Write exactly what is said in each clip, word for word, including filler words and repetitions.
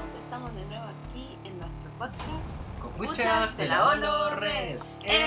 todos, estamos de nuevo aquí en nuestro podcast Copuchas de la Holo Red.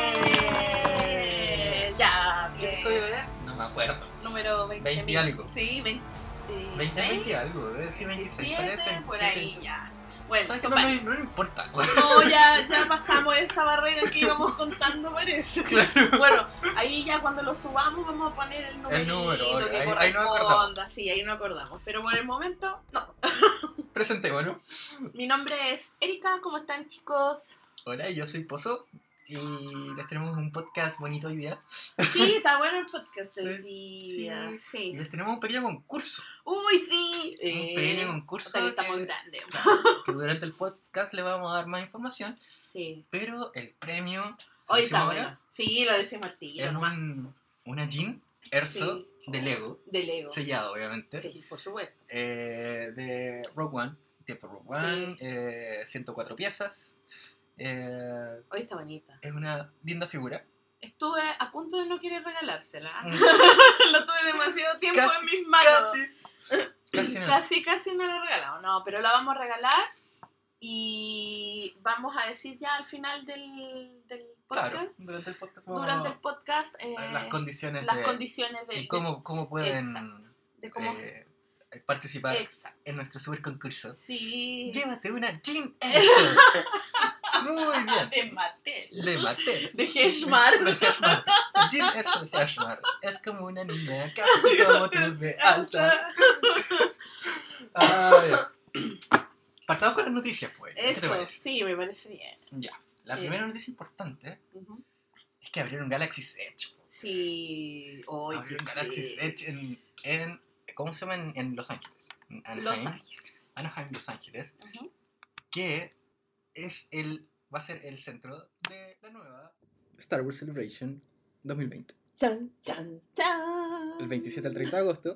¡Eh! Ya, ¿Qué episodio era? No me acuerdo. Número veinte. veinte algo. Sí, veinte. veinte, veinte algo, debe ser veintiséis, parece. Por ahí ya. Bueno, no, no, no, no importa. No, ya, ya pasamos esa barrera que íbamos contando, parece. Claro. Bueno, ahí ya cuando lo subamos vamos a poner el número. El número, que ahí, ahí nos acordamos. Sí, ahí no acordamos. Pero por el momento, no. Presentémonos. Mi nombre es Erika, ¿cómo están, chicos? Hola, yo soy Pozo y les tenemos un podcast bonito hoy día. Sí, está bueno el podcast de hoy Pues, día. Sí, Sí. Y les tenemos un pequeño concurso. Uy, sí. Un Eh, pequeño concurso. o sea que está que- muy grande. Claro, que durante el podcast le vamos a dar más información, Sí. pero el premio ¿se Hoy decimos está ahora? bueno. Sí, lo decimos al tiro Es nomás. un, una Jean Erso Sí. de Lego, De Lego. sellado obviamente, Sí, por supuesto. eh, de Rogue One, tiempo Rogue One, Sí. eh, ciento cuatro piezas. Eh, Hoy está bonita. es una linda figura. Estuve a punto de no querer regalársela. Mm. Lo tuve demasiado tiempo Casi, en mis manos. Casi, casi no. Casi, casi no la regalamos. No, pero la vamos a regalar y vamos a decir ya al final del, del Claro, podcast. durante el podcast vamos Durante el podcast. eh, a las condiciones las de, condiciones de, y cómo, cómo pueden Exacto. de cómo. eh, participar Exacto. en nuestro super concurso. Sí. Llévate una Jean Erso. Muy bien. De Mattel. De Mattel. De Heshmar. De Heshmar. Jean Erso de Heshmar. Es como una niña casi como tú de alta. Ah, ya. Partamos con las noticias, pues. ¿Qué te Eso, parece? sí, me parece bien. Ya. La Sí. primera noticia importante Ujú. es que abrieron Galaxy's Edge. po. Sí. Hoy Abrieron Galaxy's Edge en, en. ¿Cómo se llama? En, en Los Ángeles. En Anaheim. Los Ángeles. Anaheim, Los Ángeles. Ujú. Que es el. Va a ser el centro de la nueva Star Wars Celebration dos mil veinte. Chan, chan, chan. El veintisiete al treinta de agosto.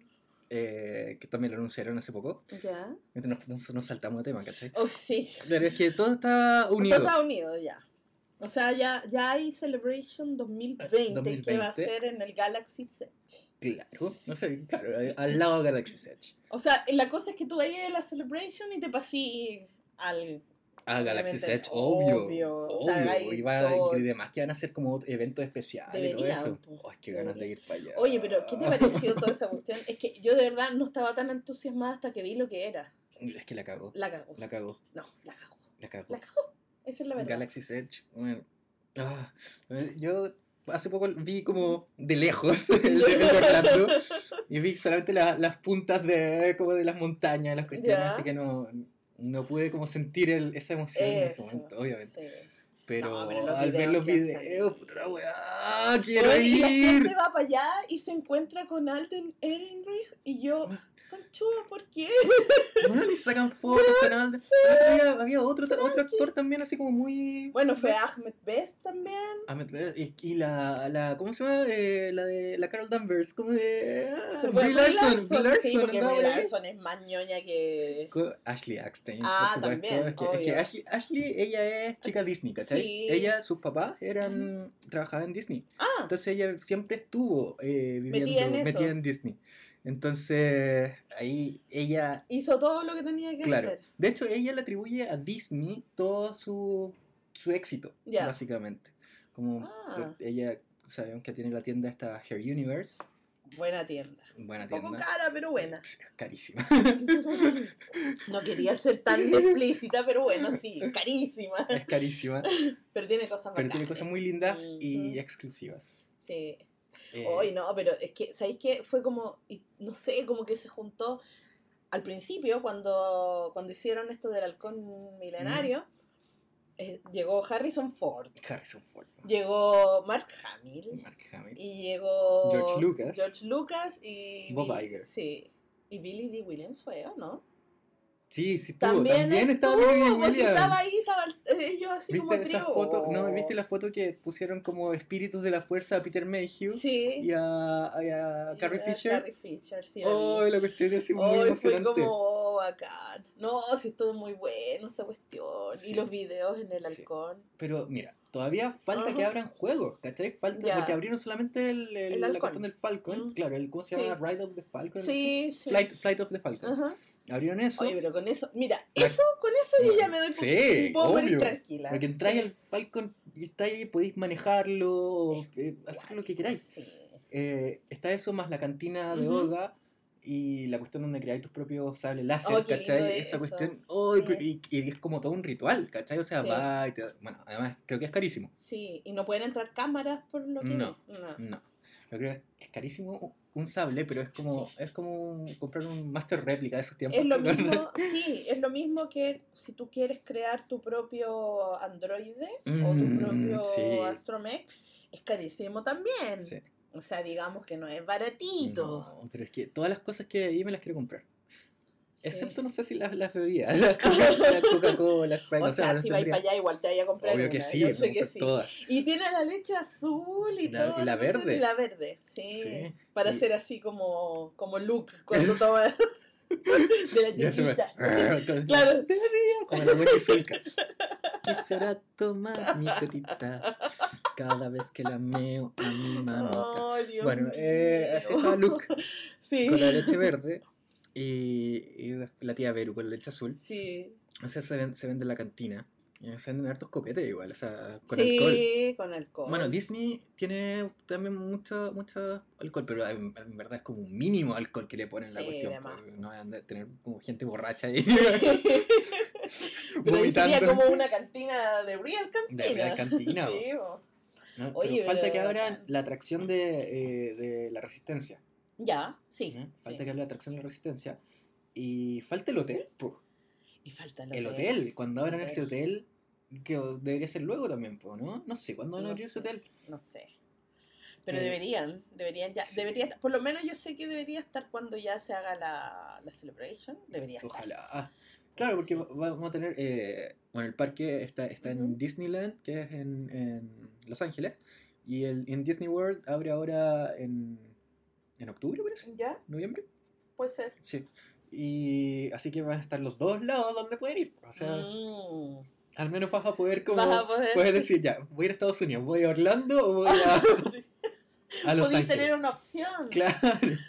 Eh, que también lo anunciaron hace poco. Ya. Nos, nos, nos saltamos de tema, ¿cachai? Oh, sí. Pero es que todo está unido. Todo está unido ya. O sea, ya, ya hay Celebration dos mil veinte, dos mil que va a veinte. ser en el Galaxy's Edge. Claro, no sé, claro, al lado de Galaxy's Edge. O sea, la cosa es que tú vayas a la Celebration y te pasís al... Ah, Galaxy's obviamente, Edge, obvio. obvio, Obvio, o sea, hay y, va, todo. y demás que van a hacer como eventos especiales y todo Deberían, eso. pues, Oh, qué ganas de deberían. ir para allá. Oye, pero ¿qué te pareció toda esa cuestión? Es que yo de verdad no estaba tan entusiasmada hasta que vi lo que era. Es que la cagó. La cagó. La cagó. No, la cagó. La cagó. La cagó. Esa es la verdad. Galaxy's Edge. Bueno, ah, yo hace poco vi como de lejos el de, el de Orlando y vi solamente la- las puntas de como de las montañas, las cuestiones, Ya. así que no, no pude como sentir el, esa emoción en ese Eso, momento, obviamente. sí. Pero, No, pero los al ver los videos que han videos, salido. puta weá, quiero Oye, y la gente ir. va para allá y se encuentra con Alden Ehrenreich y yo, conchuda, ¿por qué? Bueno, le sacan fotos, canal de- había, había otro, ta- otro actor también así como muy... Bueno, fue Ahmed Best también. Ahmed Best, y, y la, la, ¿cómo se llama? Eh, la de la Carol Danvers, como de... ah, Se fue Brie Brie Larson, Larson, Brie Larson, sí, porque andaba Brie por ahí. Larson es más ñoña que... Co- Ashley Eckstein, Ah, por supuesto. también, es que, es que obvio. Ashley, Ashley, ella es chica Disney, ¿cachai? Sí. Ella, sus papás eran, trabajaban en Disney. Ah, Entonces ella siempre estuvo eh, viviendo, Metida en eso. metida en Disney. Entonces, ahí ella, hizo todo lo que tenía que claro. hacer. De hecho, ella le atribuye a Disney todo su, su éxito, Ya. básicamente. Como Ah. ella, sabemos que tiene la tienda esta Hair Universe, Buena tienda. buena Un poco tienda. cara, pero buena. Sí, carísima. No quería ser tan explícita, pero bueno, sí, carísima. Es carísima, Pero tiene cosas pero bacanes. tiene cosas muy lindas y Ujú. exclusivas. Sí. Eh, Hoy no, pero es que, ¿sabéis qué? Fue como, y no sé, como que se juntó al principio, cuando, cuando hicieron esto del halcón milenario, eh, llegó Harrison Ford, Harrison Ford, llegó Mark Hamill, Mark Hamill, y llegó George Lucas. George Lucas y Bob Bill- Iger. Sí. Y Billy D. Williams fue, ¿o no? Sí, sí estuvo. También, También, estaba estuvo, Billy Dee pues, Williams. estaba ahí, estaba el- ellos así ¿Viste como esa trío. foto? No, ¿viste la foto que pusieron como espíritus de la fuerza a Peter Mayhew Sí. y a, y a Y Carrie a Fisher? Carrie Fisher, sí. la vi. Oh, la cuestión es así muy Hoy fue emocionante. como oh, bacán. No, sí, estuvo muy bueno esa cuestión. Sí. Y los videos en el Sí. halcón. Pero mira, todavía falta Ajá. que abran juegos, ¿cachai? Falta, Ya. porque abrieron solamente el, el- El la halcón. cuestión del Falcon. Mm. Claro, el, ¿cómo se Sí. llama? Ride of the Falcon. Sí, sí. Flight, Flight of the Falcon. Ajá. Abrieron eso. Oye, pero con eso, mira, La- eso, con eso yo ya me doy Sí, un poco morir obvio. tranquila. Porque entráis Sí. al Falcon y estáis ahí, podéis manejarlo, o, eh, hacer lo que queráis. Sí. Eh, está eso más la cantina de Ujú. Olga y la cuestión donde creáis tus propios sables láser, Oh, qué lindo ¿cachai? es Esa eso. cuestión, oh, Sí. y, y es como todo un ritual, ¿cachai? O sea, Sí. va y te da- bueno, además creo que es carísimo. Sí, y no pueden entrar cámaras por lo que No, vi. No. no. Yo creo que es carísimo un sable, pero es como, Sí. es como comprar un Master Réplica de esos tiempos. Es lo ¿no? mismo, sí, es lo mismo que si tú quieres crear tu propio androide o tu Mm, propio sí. astromech, es carísimo también. Sí. O sea, digamos que no es baratito. No, pero es que todas las cosas que hay me las quiero comprar. Sí. Excepto, no sé si las, las bebidas, la Coca- la Coca-Cola, Sprite, O no sé, sea, no si vais tendría- para allá igual te vaya a comprar Obvio que una, sí, yo me sé que gustan sí. todas. Y tiene la leche azul y, Y la- todo. y la cuestión, verde. Y la verde, sí. Sí. Para Y- ser así como, como Luke cuando toma de la Ya se me- tetita. Claro. Como la Wendy Zulka. Quisiera tomar mi tetita cada vez que la meo a mi mamita. Ay, Dios Bueno, eh, mío. así estaba Luke Sí. con la leche verde y, y la tía Beru con la leche azul. Sí. O sea, se, ven- se vende en la cantina. Eh, Se venden hartos copetes igual, o sea, con sí, alcohol. con alcohol. Bueno, Disney tiene también mucho, mucho alcohol, pero en, en verdad es como un mínimo alcohol que le ponen la Sí, cuestión. de más. pues, no van a tener como gente borracha ahí Pero ahí sería vomitando. como una cantina de real cantina. De real cantina, Sí, bo. ¿no? Oye, pero falta pero que abran bacán. la atracción de, eh, de la resistencia. Ya, sí. ¿no? Falta sí. que abran la atracción de la resistencia. Y falta el hotel, po. Y falta el El hotel. hotel, cuando abran Hotel. ese hotel, que debería ser luego también, po, ¿no? No sé, ¿cuándo van a No abrir ese sé. hotel? No sé. Pero Eh, deberían, deberían ya, sí. debería, por lo menos yo sé que debería estar cuando ya se haga la, la celebration, debería estar. Ojalá. Ah, claro, porque Sí. va- vamos a tener, eh, bueno, el parque está, está en Ujú. Disneyland, que es en, en Los Ángeles, y el, en Disney World abre ahora en, en octubre, parece, ¿Ya? noviembre, Puede ser. sí. Y así que van a estar los dos lados donde poder ir, o sea, Mm. al menos vas a poder como, Vas a poder- puedes decir, ya, voy a ir a Estados Unidos, voy a Orlando o voy a, Sí. a Los Podéis Ángeles. tener una opción. Claro,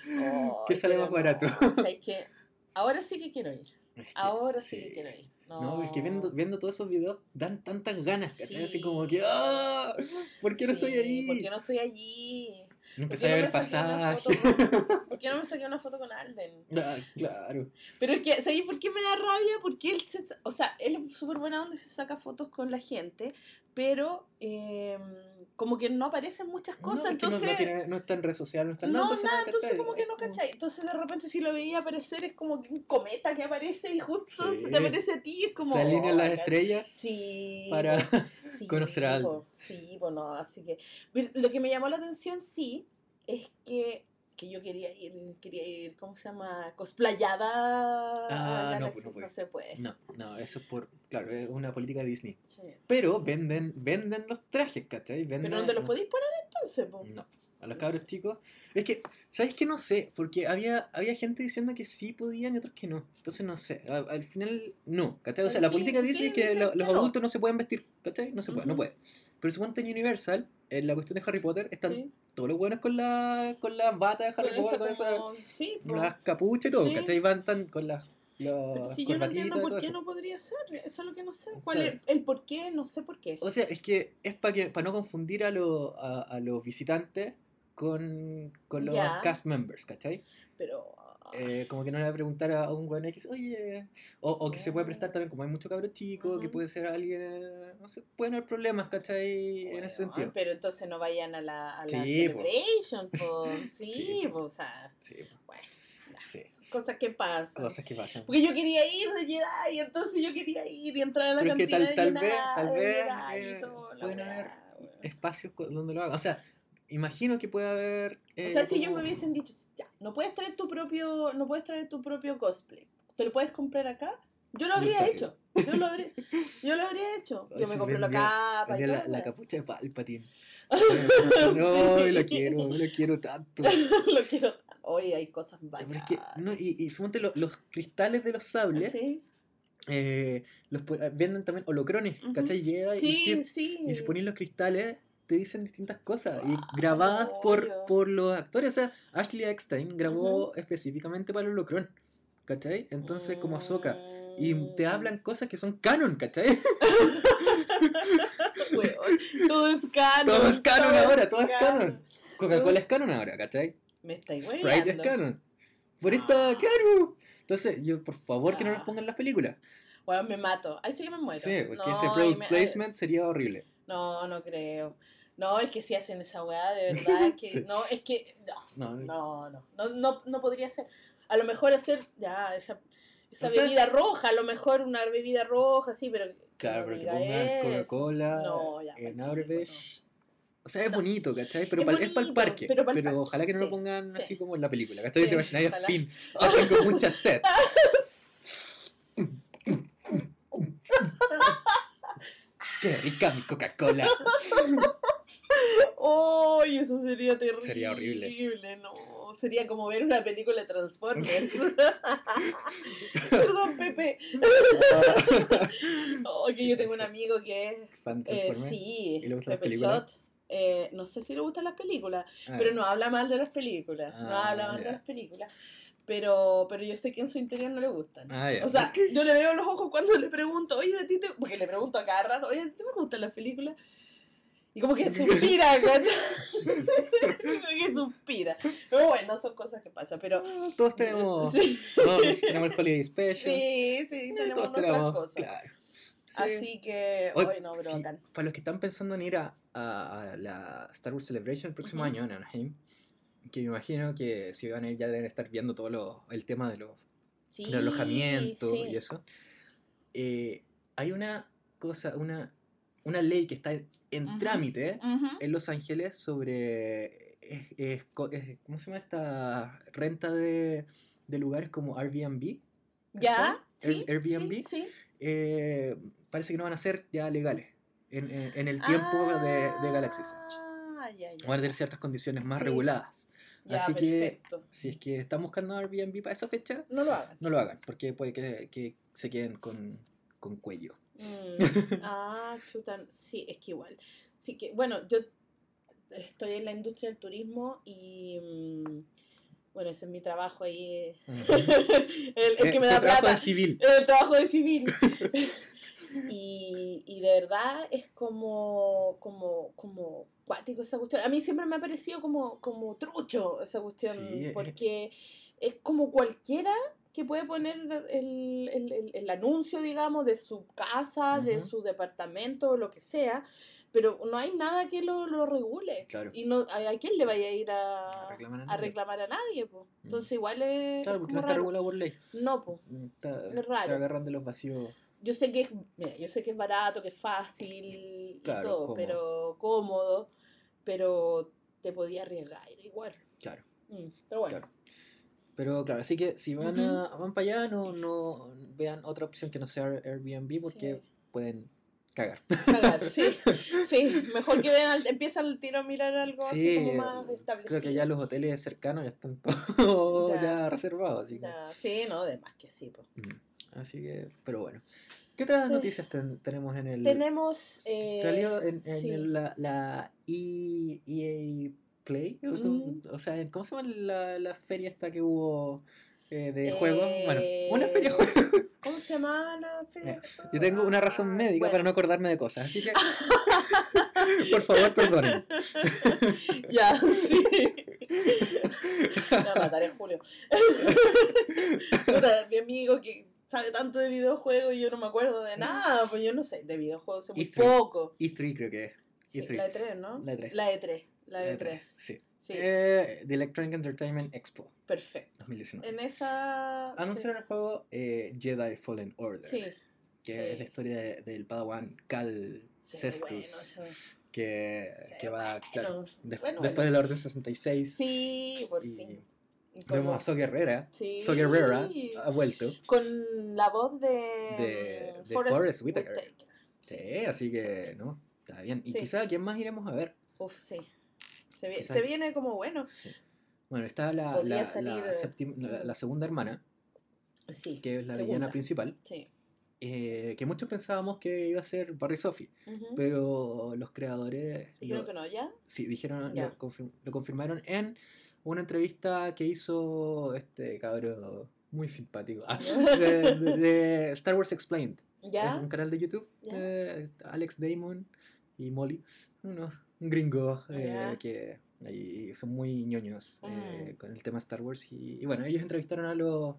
Ay, que sale pero más barato. no, ¿sabes qué? Ahora sí que quiero ir. Es que, Ahora sí, sí. que quiero ir. No, No, es que viendo, viendo todos esos videos dan tantas ganas, ¿cachai? Así Sí. como que, ¡ah! ¿Por qué no Sí, estoy ahí? ¿Por qué no estoy allí? No ¿Por empecé qué a no ver me saqué una pasajes. foto? ¿Por qué no me saqué una foto con Alden? Ah, claro. Pero es que, ¿sabes por qué me da rabia? Porque él, se, o sea, él es súper buena donde se saca fotos con la gente, pero eh, como que no aparecen muchas cosas, no, es que no- entonces... no, tiene- no está en red social, no está en No, nada, entonces nada, no, entonces ¿cachai? como que Es no como- cachai. Entonces de repente si lo veía aparecer es como que un cometa que aparece y justo Sí. se te aparece a ti, es como... Se alinean oh, las bacán. estrellas Sí. para po, sí, conocer a Alden. po, Sí, pues no, así que... Pero lo que me llamó la atención, sí, es que, que yo quería ir, quería ir, ¿cómo se llama? Cosplayada Ah, a no, Galaxy, pues no puede. se puede. No, no, eso es por, claro, es una política de Disney. Sí. Pero venden, venden los trajes, ¿cachai? Venden, Pero no te los no sé- podéis poner entonces, po. No, a los cabros chicos. Es que, ¿sabes qué? No sé, porque había, había gente diciendo que sí podían y otros que no. Entonces no sé, a- al final no, ¿cachai? O sea, la Sí, política de sí, Disney es que dicen lo- que los no. adultos no se pueden vestir, ¿cachai? No se puede, no Ujú. puede. Pero suponte en Universal, en la cuestión de Harry Potter, están Sí. todos los buenos con la con las batas de Harry Con Potter, esa con esas como- sí, po. las capuchas y todo, Sí. ¿cachai? Van tan con las, Pero las si yo no corbatitas entiendo y por todo qué eso. no podría ser, eso es lo que no sé. ¿Cuál Claro. es el por qué? No sé por qué. O sea, es que es para que para no confundir a, los a, a los visitantes con, con los Ya. cast members, ¿cachai? Pero Eh, como que no le va a preguntar a un weón X, oye, o, o que se puede prestar también, como hay mucho cabro chico, que Ujú. puede ser alguien, eh, no sé, pueden haber problemas, ¿cachai? en bueno, ese sentido. pero entonces no vayan a la, a la Sí, po. celebration, po. Sí, Sí, po, o sea, Sí, bueno, ya, sí, son cosas que pasan. cosas que pasan. Porque yo quería ir de Jedi, y entonces yo quería ir y entrar a la Pero es que cantina tal, tal de vez, Jedi, tal de vez Jedi y eh, todo, la pueden weá, haber weón. espacios co- donde lo hagan. O sea, imagino que puede haber... eh, O sea, si ellos como- me hubiesen dicho, ya, no puedes traer tu propio, no puedes traer tu propio cosplay, ¿te lo puedes comprar acá? Yo lo Yo habría sabía. hecho, yo lo habría, yo lo habría hecho. Ay, Yo me sí, compré la vendía- capa y vendía todo. la, la weá. capucha de Palpatine. No, Sí. lo quiero, lo quiero tanto. Lo quiero. Hoy hay cosas Pero bacanas. es que, no, y, y suponte lo- los cristales de los sables, Sí, eh, los pu- venden también holocrones, Ujú. ¿cachai? Llega y, sí, si, sí. y si ponéis los cristales, te dicen distintas cosas, y Ah, grabadas por, obvio. por los actores. O sea, Ashley Eckstein grabó específicamente para el holocrón. ¿cachai? Entonces, como Ahsoka. Y Mm. te hablan cosas que son canon, ¿cachai? Weón, todo es canon. Todo es canon todo ahora, todo es canon. Coca-Cola Uf. es canon ahora, ¿cachai? Me estáis Sprite es hueveando. canon. Por esto, Ah. claro. Entonces, yo, por favor, que no los Ah. pongan en las películas. Bueno, me mato. Ahí sí que me muero. Sí, porque no, ese ahí product me- placement sería horrible. No, no creo. No, es que si hacen esa weá, de verdad, que Sí. no, es que no, No, no, no, no, no, no podría ser. A lo mejor hacer ya esa, esa O sea- bebida roja, a lo mejor una bebida roja, sí, pero que claro, no pero que diga pongan eso. Coca-Cola No, ya, en pa'l Aurebesh. O sea, es No. bonito, ¿cachai? Pero Es pal- es para el bonito, parque. pero Pero, pa'l parque, ojalá que no sí, lo pongan sí. así como en la película, ¿cachai? Sí, Te imagináis a ojalá. Finn. Ah, tengo mucha sed. Qué rica mi Coca-Cola. ¡Ay, eso sería terrible! Sería horrible. No, sería como ver una película de Transformers. Perdón, Pepe. Oh, que Sí, yo tengo un Transform- amigo que es. Fan de Eh, Transformers. sí, ¿Y le gustan las Pepe películas? Shot. Eh, no sé si le gustan las películas, Ah, pero no habla mal de las películas. no Ah, habla mal ya. de las películas. Pero, pero yo sé que en su interior no le gustan. Ah, ya. O sea, yo le veo los ojos cuando le pregunto, oye, a ti te... Porque le pregunto a cada rato, oye, ¿a ti te gustan las películas? Y como que suspira, ¿cachai? Como que suspira. Pero bueno, son cosas que pasan. Pero Ah, Todos tenemos. sí, Todos tenemos el Holiday Special. sí, sí, tenemos Todos nuestras tenemos, cosas. claro. Sí. Así que, Oye, hoy no, pero sí, bacán. para los que están pensando en ir a, a- a la Star Wars Celebration el próximo Ujú. año en Anaheim, que me imagino que si van a ir ya deben estar viendo todo lo, el tema de los Sí, el alojamiento sí. y eso. Eh, hay una cosa, una, una ley que está en Ujú. trámite Ujú. en Los Ángeles sobre, es- es- co- es- ¿cómo se llama esta renta de, de lugares como Airbnb? ¿Ya? ¿Cachai? ¿Sí? Air- Airbnb. Sí, sí. Eh, parece que no van a ser ya legales en, en- en el tiempo de, de Galaxy's Edge. Ah, ya, ya. Van a tener ciertas condiciones más Sí. reguladas. Ya, Así que perfecto. si es que están buscando Airbnb para esa fecha, No lo hagan. no lo hagan, porque puede que, que se queden con, con cuello. Mm, Ah, chuta. Sí, es que igual. Sí que, bueno, yo estoy en la industria del turismo y mm, bueno, ese es mi trabajo ahí. Ujú. el, el que Eh, me tu da trabajo plata. de civil. El trabajo de civil. y, y de verdad es como, como, como cuático esa cuestión. A mí siempre me ha parecido como, como trucho esa cuestión, Sí, eh. porque es como cualquiera que puede poner el, el, el, el anuncio, digamos, de su casa, de Ujú. su departamento, lo que sea, pero no hay nada que lo, lo regule. Claro. Y no, ¿a, a quién le vaya a ir a, A reclamar a a nadie. reclamar a nadie? Po? Mm. Entonces igual es, Claro, es porque como no está raro. regulado por ley. No, pues. Está- Es raro. Se agarran de los vacíos. Yo sé que es, mira, yo sé que es barato, que es fácil y Claro, todo, cómodo. pero cómodo, pero te podía arriesgar igual. Claro, Mm, pero bueno. claro. Pero claro, así que si van, Ujú. a, van para allá, no, no vean otra opción que no sea Airbnb porque Sí. pueden cagar. Cagar, sí, sí, mejor que vean, al- empiezan al tiro a mirar algo así como más establecido. creo que ya los hoteles cercanos ya están todos Ya. ya, reservados. Así que, Ya, sí, no, de más que sí. Po. mm, así que, pero bueno. ¿Qué otras Sí. noticias ten- tenemos en el... Tenemos... Eh, Salió en, en sí. el- la, la E- EA Play, o, cómo- Mm. o sea, ¿cómo se llama la, la feria esta que hubo eh, de Eh, juegos? Bueno, una feria de juegos. ¿Cómo se llama la feria? Eh, Yo tengo una razón Ah, médica bueno. para no acordarme de cosas, así que por favor perdonen. Ya, sí. Me va a matar en Julio. Puta, mi amigo que sabe tanto de videojuegos y yo no me acuerdo de nada, pues yo no sé, de videojuegos sé muy E tres. poco. E tres creo que es. Sí, E tres. la E tres, ¿no? La E tres. La E tres, la La E E tres, tres. sí. Sí, Eh, The Electronic Entertainment Expo perfecto. dos mil diecinueve. En esa... Anunciaron el juego eh, Jedi Fallen Order, Sí, que sí. es la historia de- del Padawan Cal sí, Cestus, bueno, eso. que, Sí, que va, claro, bueno, des- bueno, después bueno. de la Orden sesenta y seis. Sí, por y fin. Y como- vemos a So Guerrera. Sí. So Guerrera ha vuelto. Con la voz de, De- de Forrest Forrest Whitaker. Whitaker. Sí, así que, ¿no? Está bien. Y Sí. quizá, ¿a quién más iremos a ver? Uf, sí. Se, vi- Quizá- se viene como bueno. Sí. Bueno, está la, Podría la, salir, la, séptima- la- la segunda hermana, Sí. que es la segunda. villana principal, Sí. eh, que muchos pensábamos que iba a ser Barry Sophie, Ujú. pero los creadores Dijeron lo- que no, ¿ya? sí, dijeron, Ya. lo, confirm- lo confirmaron en una entrevista que hizo este cabrón muy simpático. Ah, de, de- de Star Wars Explained. Es ¿Ya? un canal de YouTube. ¿Ya? eh, Alex Damon y Molly. Unos gringos eh, ¿Ya? que ahí son muy ñoños eh, Mm. con el tema Star Wars. Y, y bueno, ellos entrevistaron a los,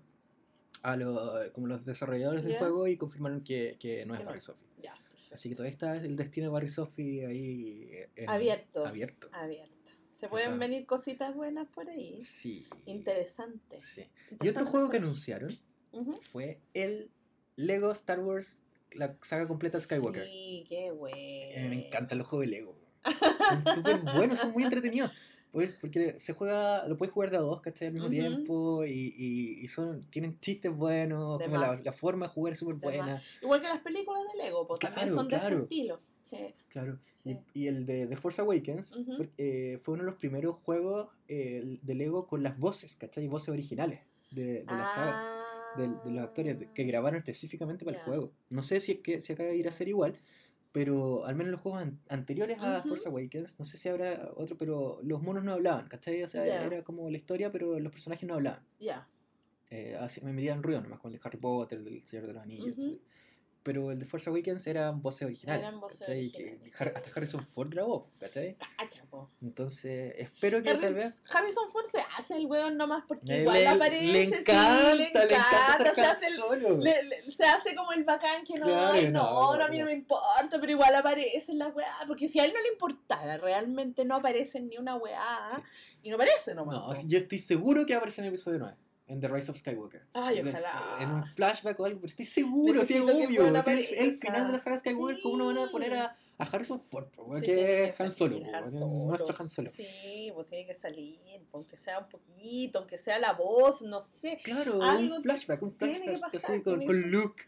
a los, como los desarrolladores del ¿Ya? juego y confirmaron que, que no es Que no. Barry Sophie. Ya, perfecto. Así que todavía está el destino de Barry Sophie ahí en- Abierto. abierto. Abierto. Se pueden Esa- venir cositas buenas por ahí. Sí. Interesante. Sí. Y otro Interesante juego que eso. anunciaron Ujú. fue el Lego Star Wars, la saga completa Skywalker. Sí, qué bueno. Eh, me encantan los juegos de Lego. Son súper buenos, son muy entretenidos. Por- Porque se juega, lo puedes jugar de a dos, ¿cachai? Al mismo Ujú. tiempo y, y, y son, tienen chistes buenos, De como más. la, la forma de jugar es súper De más. buena. Igual que las películas de Lego, pues también Claro, son de ese claro. estilo. Sí. Claro. Sí. Y, y el de The Force Awakens Ujú. por- eh, fue uno de los primeros juegos eh, de Lego con las voces, ¿cachai? Voces originales de, de la saga. De, de los actores de- que grabaron específicamente para Ya. el juego. No sé si es que si acaba de ir a ser igual, pero al menos los juegos an- anteriores a Ujú. Force Awakens, no sé si habrá otro, pero los monos no hablaban, ¿cachai? O sea, Ya. era como la historia, pero los personajes no hablaban. Ya. Eh, así me metían ruido nomás con el de Harry Potter, el del Señor de los Anillos, Ujú. etcétera. Pero el de Force Awakens eran voces originales. Eran voces ¿cachai? Que originales. Har- hasta Harrison Ford grabó, ¿cachai? Cacha, po. Entonces, espero que tal Harry- vez. Harrison Ford se hace el weón nomás porque Le, igual le- aparece. le sí, encanta, le encanta ser se Han hace el- Solo. Le- le- se hace como el bacán que no, Claro, ay, no, no, no, no, a mí no no. me importa, pero igual aparece en la weá, porque si a él no le importara, realmente no aparece en ni una weá, Sí. y no aparece nomás. No, po. sí, yo estoy seguro que va a aparecer en el episodio nueve, en The Rise of Skywalker. Ay, En- ojalá. En un flashback o algo, pero estoy seguro, sí, es Necesito que el obvio. weón Sí, es el aparezca. final de la saga Skywalker, ¿cómo no van a Sí. poner a, a Harrison Ford? po, weón, Sí, que tiene es Han Solo, salir po, Han weón, Solo. nuestro Han Solo. Sí, pues tiene que salir, pues, aunque sea un poquito, aunque sea la voz, no sé. Claro, Algo un flashback, un tiene que flashback pasar así con, con con eso. Luke.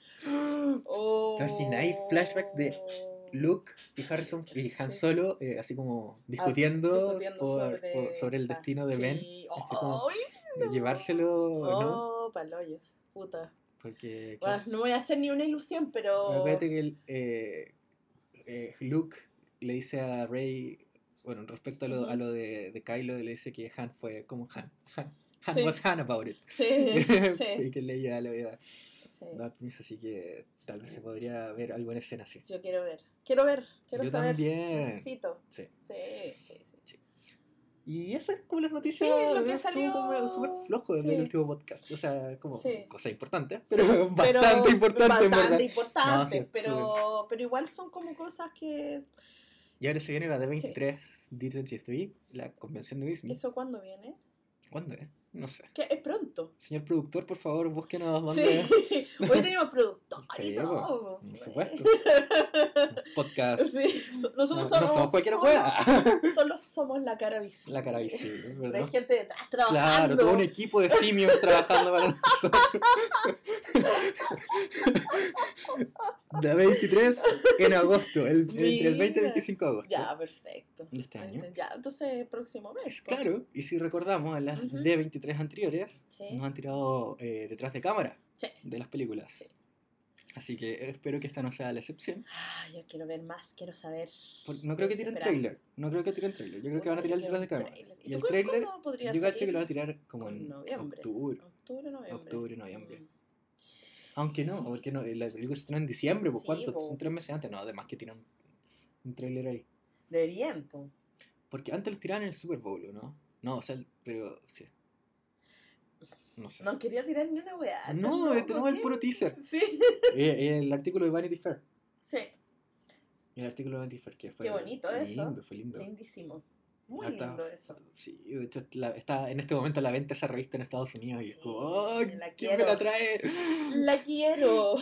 Oh. ¿Te imagináis flashback de Luke y Harrison y Han Sí. Solo eh, así como Ah, discutiendo, discutiendo por- sobre, por- sobre el ah, destino de sí. Ben? Así como Ay, de no. llevárselo, ¿no? Oh, paloyos, puta. Porque, Bueno, claro, no voy a hacer ni una ilusión, pero. acuérdate que el, eh, eh, Luke le dice a Rey, bueno, respecto a lo, Ujú. a lo de, de Kylo, le dice que Han fue como Han. Han, Han Sí. was Han about it. Sí, sí. Y que le le había sí. dado permiso, así que tal vez se podría ver algo en escena así. Yo quiero ver. Quiero ver. Quiero Yo saber. también. Necesito. Sí. Sí, sí, sí. Y esas es como las noticias. Sí, lo que estuvo salió- como súper flojo desde el sí. último podcast. O sea, como Sí. cosas importantes, Sí, pero bastante pero importantes, en verdad. Bastante importantes, No, sí, pero, pero igual son como cosas que. Y ahora se viene la D veintitrés, D veintitrés, la convención de Disney. ¿Eso cuándo viene? ¿Cuándo es? No sé. Que es pronto. Señor productor, por favor, búsquenos Sí, dónde. hoy tenemos productor Sí, y todo. por supuesto. Podcast. Sí, so- nosotros No, somos, no somos cualquier solo, wea. solo somos la cara visible. La cara visible, Hay ¿verdad? gente detrás Claro, trabajando. todo un equipo de simios trabajando para nosotros. De veintitrés en agosto, el, entre el veinte y Mira. veinticinco de agosto Ya, perfecto. de este año. Ya, entonces próximo mes. Es pues. claro, y si recordamos, en las Ujú. D veintitrés anteriores Sí. nos han tirado eh, detrás de cámara Sí. de las películas. Sí. Así que espero que esta no sea la excepción. Ah, yo quiero ver más, quiero saber. Por- No creo que tiren Desesperado. trailer. No creo que tiren trailer. Yo creo que van a tirar detrás de cámara. ¿Y, Y tú el cu- trailer, cuándo podría yo cacho salir? que lo van a tirar como Con en noviembre. octubre. Octubre, noviembre. Octubre, noviembre. Mm. Aunque no, porque no, la película se estrena en diciembre, pues Sí, ¿cuánto? po. Son tres meses antes. No, además que tiran un trailer ahí. Deberían, po. Porque antes los tiraban en el Super Bowl, ¿o ¿no? No, o sea, el- pero sí. No sé. No quería tirar ni una weá. No, ¿estás este loco? no es el ¿Qué? puro teaser. Sí. Eh, el artículo de Vanity Fair. Sí, El artículo de Vanity Fair, que fue Qué bonito eso. lindo, fue lindo. lindísimo. Muy Harta lindo eso. foto. Sí, de hecho la- está en este momento a la venta esa revista en Estados Unidos y es Sí, como, ¡ay! la ¿Quién me quiero. la trae? La quiero.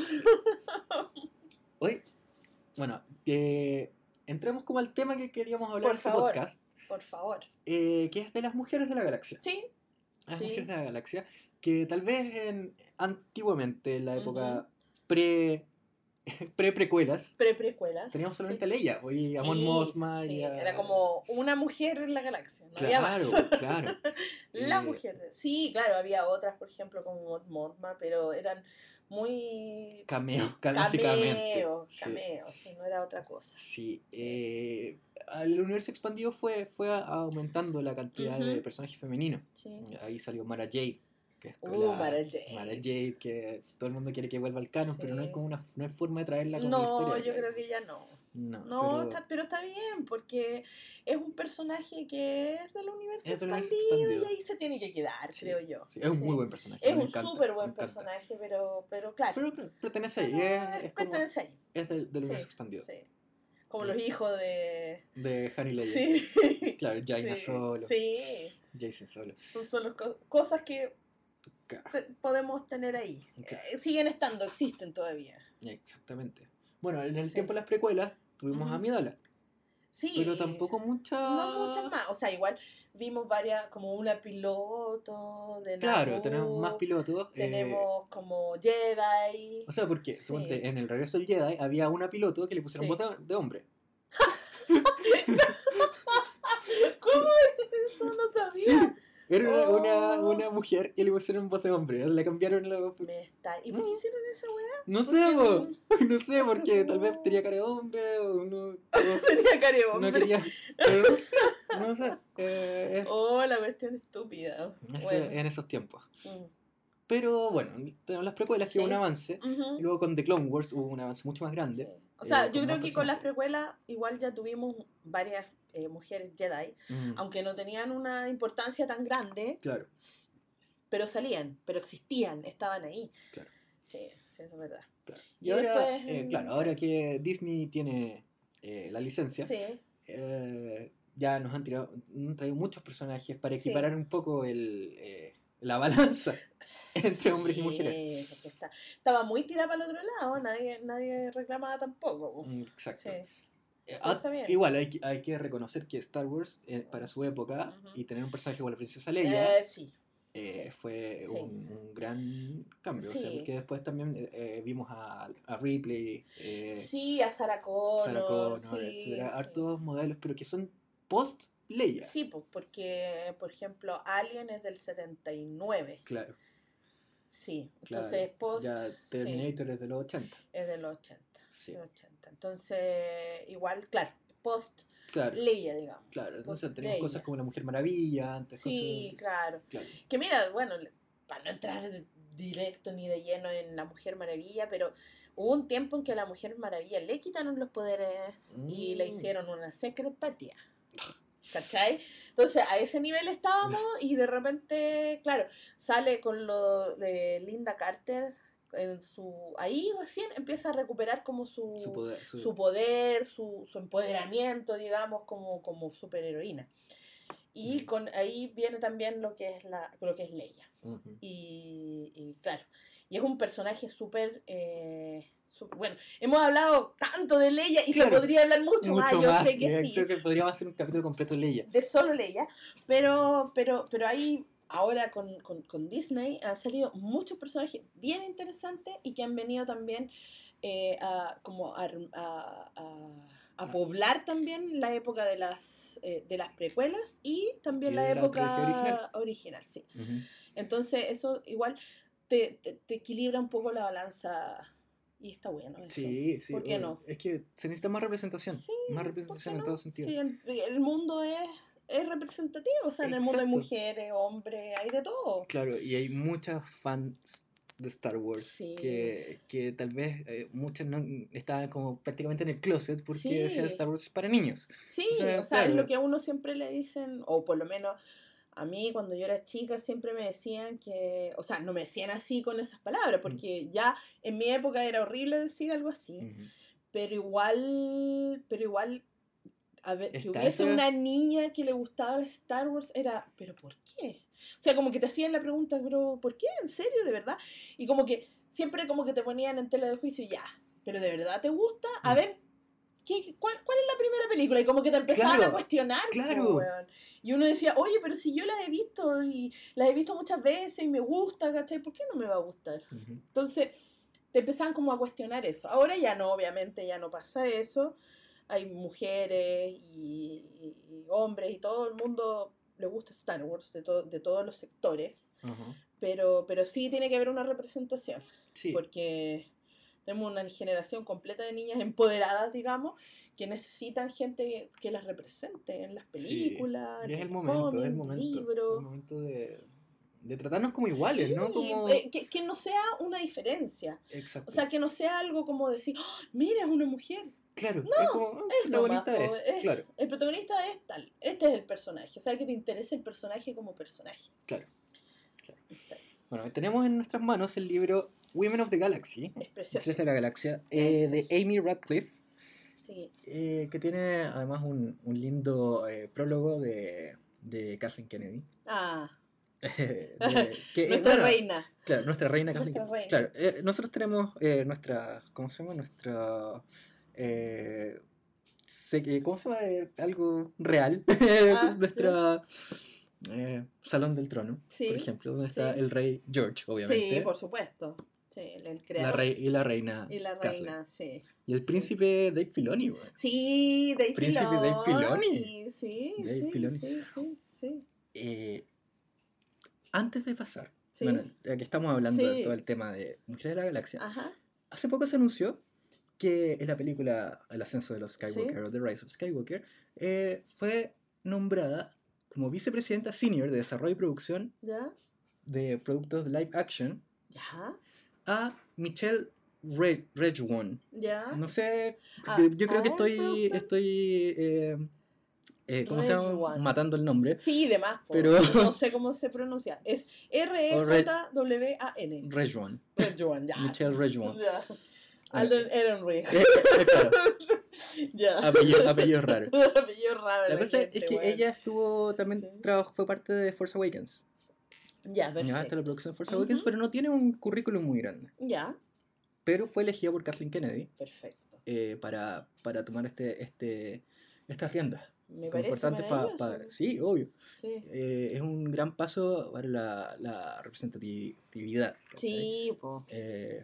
Hoy, bueno, eh, entremos como al tema que queríamos hablar Por en este favor. podcast, Por favor. eh, que es de las mujeres de la galaxia. Sí. Las Sí. mujeres de la galaxia, que tal vez en, antiguamente, en la época Ujú. pre, pre precuelas, Pre-precuelas. teníamos solamente sí. a Leia, y a Mon Sí, Mothma sí, y a... Era como una mujer en la galaxia, no había Claro, más. claro. La Eh, mujer. de- Sí, claro, había otras, por ejemplo, como Mon Mothma, pero eran muy Cameo, básicamente. cameos, Sí. cameos, sí, no era otra cosa. Sí, eh, al universo expandido fue, fue aumentando la cantidad de Ujú. personajes femeninos. Sí. Ahí salió Mara Jade, que es Uh, con la Mara Jade. Mara Jade, que todo el mundo quiere que vuelva al canon, pero no hay Sí. como una no hay forma de traerla como No, la historia. yo que hay, creo po. que ya no. No, No, pero está- pero está bien, porque es un personaje que es del universo es del universo expandido y expandido. ahí se tiene que quedar, Sí, creo yo. sí, es un Sí. muy buen personaje. Es me un encanta, súper me buen encanta. personaje, pero, pero claro. Pero, pero pertenece ahí, pero es, es como pertenece ahí. es del, del Sí, universo expandido. sí. Como Y- los hijos de... De Han y Leia. Sí. Claro, Jaina Sí, solo, sí. Jason solo. Son solo co- cosas que Claro, te- podemos tener ahí. claro, Eh, siguen estando, existen todavía. exactamente. Bueno, en el Sí. tiempo de las precuelas tuvimos Ujú. a Amidala, Sí. pero tampoco mucha... No muchas más. O sea, igual vimos varias, como una piloto de Claro, Naboo, tenemos más pilotos. eh, tenemos como Jedi. O sea, porque Sí. suponte, en el regreso del Jedi había una piloto que le pusieron Sí. voz de, de hombre. ¿Cómo eso? No sabía. Sí, era una, Oh. una, una mujer que le pusieron voz de hombre. Le cambiaron la... Me está... ¿Y por qué Mm. hicieron esa weá? No ¿Por sé, qué po. no? No sé, porque tal vez No. tenía cara de hombre o no, o Tenía cara de no hombre. quería... pero no sé, no sé. eh, es, Oh, la cuestión estúpida. es, Bueno. en esos tiempos. Mm. Pero bueno, tenemos las precuelas que Sí. hubo un avance. Ujú. Y luego con The Clone Wars hubo un avance mucho más grande. Sí. O sea, eh, yo con creo más que con las personajes. precuelas igual ya tuvimos varias eh, mujeres Jedi, Mm, aunque no tenían una importancia tan grande, claro, pero salían, pero existían, estaban ahí. claro. Sí, sí, eso es verdad. claro. Y Y ahora, después, eh, mm, claro, ahora que Disney tiene eh, la licencia, Sí, eh, ya nos han, tirado, han traído muchos personajes para Sí. equiparar un poco el, eh, la balanza entre hombres y Sí, mujeres. porque está- estaba muy tirada para el otro lado, nadie, nadie reclamaba tampoco. Mm, Exacto. Sí. Eh, Pero ah, está bien. Igual hay, que- hay que reconocer que Star Wars, eh, para su época, Ujú. y tener un personaje como la princesa Leia, Eh, sí. eh, sí. fue Sí. un, un gran cambio. O sea, Sí. porque después también eh, eh, vimos a, a Ripley, eh, Sí, a Sarah Connor. Sarah Connor, sí, etcétera, sí. hartos modelos, pero que son post Leia. Sí, pues, porque, por ejemplo, Alien es del setenta y nueve. Claro, Sí, claro. entonces post Ya sí, Terminator es de los ochenta. es de los ochenta. Sí. de los ochenta. Entonces, igual, claro, post Claro, Leia, digamos. claro. Entonces Post tenemos cosas Leia. como la Mujer Maravilla, antes Sí, cosas... claro. Claro. Que mira, bueno, le- para no entrar de- directo ni de lleno en la Mujer Maravilla, pero hubo un tiempo en que a la Mujer Maravilla le quitaron los poderes y le Mm. hicieron una secretaria. ¿Cachai? Entonces a ese nivel estábamos y de repente, claro, sale con lo de Linda Carter en su ahí recién empieza a recuperar como su, Su poder. Su, su poder, su, su empoderamiento, digamos, como, como superheroína. Y Ujú. con ahí viene también lo que es la lo que es Leia. Ujú. Y, y claro, y es un personaje súper... eh, su- bueno, hemos hablado tanto de Leia y Claro, se podría hablar mucho, más, Mucho yo más. sé que eh, sí, Creo que podríamos hacer un capítulo completo de Leia. de solo Leia, pero, pero, pero ahí ahora con, con, con Disney han salido muchos personajes bien interesantes y que han venido también eh, a, como a, a- a- a poblar también la época de las, eh, de las precuelas y también Y la de la época trilogía original. original, sí. Ujú. Entonces eso igual te, te, te equilibra un poco la balanza y está bueno eso. Sí, sí. ¿Por qué obvio. no? Es que se necesita más representación. Sí, más ¿por representación qué en no? todo sentido. Sí, el, el mundo es, es representativo, o sea, en el mundo hay Exacto. mujeres, hombres, hay de todo. Claro, y hay muchas fans de Star Wars Sí. que, que tal vez eh, muchas no estaban como prácticamente en el closet porque Sí. decían Star Wars es para niños. Sí, O o sea, sea, es claro. lo que a uno siempre le dicen, o por lo menos a mí cuando yo era chica siempre me decían que, o sea, no me decían así con esas palabras, porque ya en mi época era horrible decir algo así, Ujú. pero igual, pero igual, a ver, que Está hubiese ese- una niña que le gustaba Star Wars era, pero ¿por qué? O sea, como que te hacían la pregunta, pero ¿por qué? ¿En serio? ¿De verdad? Y como que siempre como que te ponían en tela de juicio, ya, pero ¿de verdad te gusta? A Mm. ver, ¿qué, cuál, ¿cuál es la primera película? Y como que te empezaban Claro, a cuestionar. po, claro. weón. Y uno decía, oye, pero si yo las he visto y las he visto muchas veces y me gusta, ¿cachai? ¿Por qué no me va a gustar? Ujú. Entonces, te empezaban como a cuestionar eso. Ahora ya no, obviamente ya no pasa eso. Hay mujeres y, y- y hombres y todo el mundo le gusta Star Wars de, to- de todos los sectores. Ajá. Pero, pero sí tiene que haber una representación. Sí. Porque tenemos una generación completa de niñas empoderadas, digamos, que necesitan gente que las represente en las Sí. películas, Y en es el los momento, es el cómics, momento. libros. El momento de, de tratarnos como iguales, Sí, ¿no? Como... eh, que, que no sea una diferencia. Exacto. O sea, que no sea algo como decir, ¡oh, mira, es una mujer! Claro, No, es como, el es nomás, protagonista po, es, es- claro, el protagonista es tal, este es el personaje. O sea, que te interese el personaje como personaje. claro, claro. No sé, Bueno, tenemos en nuestras manos el libro Women of the Galaxy, es precioso. Mujeres de la Galaxia, eh, Eso. de Amy Radcliffe, Sí. eh, que tiene además un, un lindo eh, prólogo de, de Kathleen Kennedy. Ah, de- que, eh, nuestra bueno, reina. Claro, nuestra reina Kathleen Nuestra Kennedy. reina. Claro, eh, nosotros tenemos eh, nuestra, ¿cómo se llama? Nuestra... eh, sé que- ¿cómo se llama? Eh, algo real. Ah, nuestra... eh, Salón del Trono, Sí, por ejemplo, donde está sí. el rey George, obviamente. Sí, por supuesto. Sí, el, el la creador. rey, y la reina Y la Kathleen. reina, sí. Y el Sí. príncipe Dave Filoni, weón. Sí, Dave Príncipe Dave Filoni. Sí, Dave sí, Filoni. sí, sí, sí. Eh, antes de pasar, Sí. bueno, ya que estamos hablando de Sí. todo el tema de Mujeres de la Galaxia, Ajá. hace poco se anunció que en la película El ascenso de los Skywalker, Sí. o The Rise of Skywalker, eh, fue nombrada como vicepresidenta senior de desarrollo y producción ¿Ya? de productos de live action ¿Ya? a Michelle Re- Redgewon. ¿Ya? No sé, Ah, de- yo creo a que ver, estoy, productor. estoy eh, eh, ¿cómo se llama? Redgewon. Matando el nombre. Sí, de más. po. Pero- No sé cómo se pronuncia. Es R E J W A N. Redgewon. Redgewon, ya. Michelle Redgewon. Ya. Alden Ehrenreich. Eh, eh, claro, Ya. apellido, apellido raro. Apellido raro. La cosa gente, es que weón. ella estuvo también, Sí. trabajó, fue parte de Force Awakens. Ya, Ya, hasta perfecto. la producción de Force Ujú. Awakens, pero no tiene un currículum muy grande. Ya, Pero fue elegida por Kathleen Kennedy perfecto. eh, para, para tomar este, este, estas riendas. Me Como parece importante pa- maravilloso. pa- sí, obvio. Sí. Eh, es un gran paso para la, la representatividad. ¿cachai? Sí, po. Eh,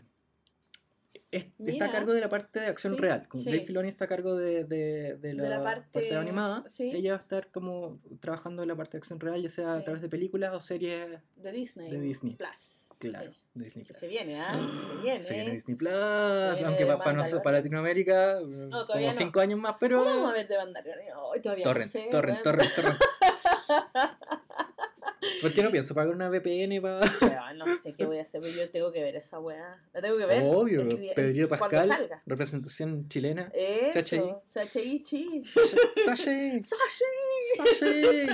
es- está Mira. a cargo de la parte de acción Sí, real. Como sí. Dave Filoni está a cargo de, de, de la, De la parte- animada, sí. ella va a estar como trabajando en la parte de acción real, ya sea a Sí. través de películas o series. De Disney. De Disney. Plus. Claro, Sí. de Disney Que Plus. se viene, ¿ah? Se viene. Se viene Disney Plus, Viene aunque para, para, nosotros, Mandalorian. para Latinoamérica, todavía como no. cinco años más, pero... ¿Cómo vamos a ver de Mandalorian? Ay, todavía Torrent, no sé. torrent, weón. torrent, torrent. ¿Por qué no pienso pagar una V P N para...? Weón, no sé qué voy a hacer, pero yo tengo que ver esa weá. La tengo que ver. Obvio, el día- Pedrito cuando Pascal, salga. representación chilena. C H I. Eso. C H I, chi. Sashay, Sashi. Sashay.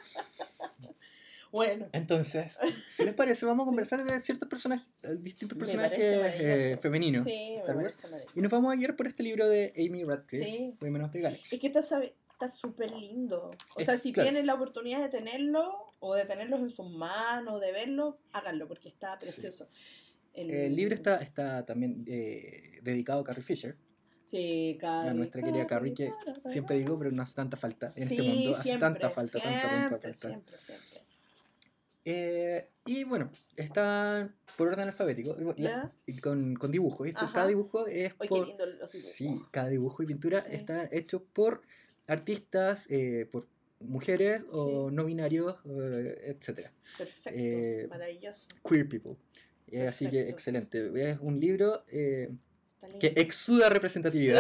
Bueno. Entonces, si les parece, vamos a conversar de ciertos personajes, eh, distintos Me personajes parece maravilloso. eh, femeninos Sí, de me Star Wars. parece maravilloso. Y nos vamos a guiar por este libro de Amy Radcliffe, Sí. Women of the Galaxy. Es que está sabe- está súper lindo. O Es- sea, si claro. tienen la oportunidad de tenerlo o de tenerlos en sus manos, de verlo, háganlo porque está Sí. precioso. El libro está, está también eh, dedicado a Carrie Fisher, Sí, Carrie, a nuestra querida Carrie, que Carrie, siempre digo, pero no hace tanta falta en sí, este mundo. Hace siempre, tanta falta, tanta, tanta siempre, falta. Siempre, siempre. Eh, y bueno, está por orden alfabético, la- ¿Ya? y con, con dibujo. ¿Viste? Ajá. Cada dibujo es Oye, qué por... lindo los dibujos. Sí, cada dibujo y pintura Sí. está hecho por artistas, eh, por mujeres o Sí. no binarios, eh, etcétera. Perfecto, Eh, maravilloso. Queer people. Eh, así que Perfecto. excelente. Es un libro eh, Está lindo. que exuda representatividad.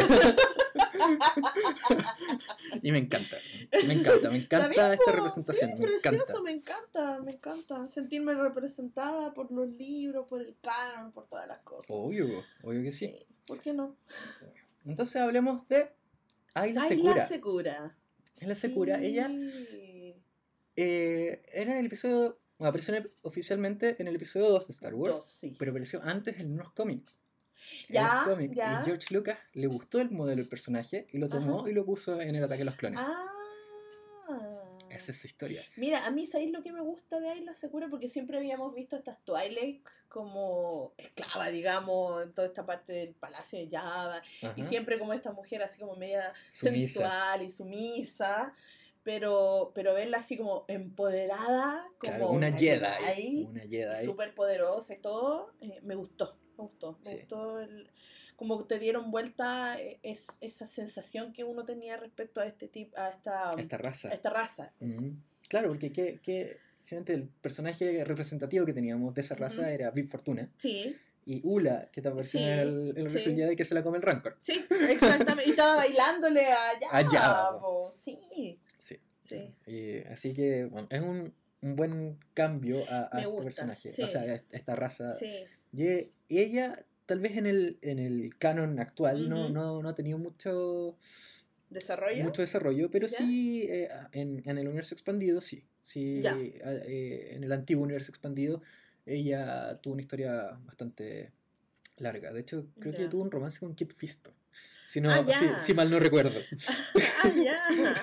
Y me encanta. Me encanta, me Está encanta bien, esta po, representación. sí, me precioso, encanta. me encanta, me encanta. Sentirme representada por los libros, por el canon, por todas las cosas. Obvio, obvio que sí. Sí, ¿por qué no? Entonces hablemos de Ayla Ay, Secura. la Secura. Ayla Secura, Sí. ella eh, era del episodio. Bueno, apareció en el- oficialmente en el episodio dos de Star Wars, Dos, sí. pero apareció antes en unos cómics. En Ya, los cómics, ya. y George Lucas le gustó el modelo del personaje y lo tomó Ajá. y lo puso en el ataque a los clones. Ah. Esa es su historia. Mira, a mí, ¿sabéis lo que me gusta de Ayla Secura? Porque siempre habíamos visto estas Twilight como esclava, digamos, en toda esta parte del palacio de Java. Ajá. Y siempre como esta mujer así como media Sumisa. sensual y sumisa. Pero, pero verla así como empoderada, como Claro, una Jedi. Jedi, Una y Jedi. súper poderosa y todo, eh, me gustó, me gustó, me Sí. gustó el, como te dieron vuelta eh, es, esa sensación que uno tenía respecto a este tipo, a esta, Esta raza. a esta raza. Ujú. Claro, porque que, que, generalmente el personaje representativo que teníamos de esa raza Ujú. era Bib Fortuna. Sí, Y Ula, que te apareció Sí, en el, el sí. Jedi Jedi que se la come el Rancor. sí, exactamente. Y estaba bailándole a A Java, Java, po. Sí, Sí. sí. Eh, así que, bueno, es un, un buen cambio a, a Me este gusta, personaje, sí. o sea, a esta raza. Sí. Y ella, tal vez en el, en el canon actual, no, Ujú. no, no ha tenido mucho, ¿Desarrollo? mucho desarrollo, pero ¿Ya? sí eh, en, en el universo expandido, sí. sí Ya. eh, en el antiguo universo expandido, ella tuvo una historia bastante larga. De hecho, creo que Ya. tuvo un romance con Kit Fisto. Si, no, Ah, si, ya. si mal no recuerdo. Ah, ya.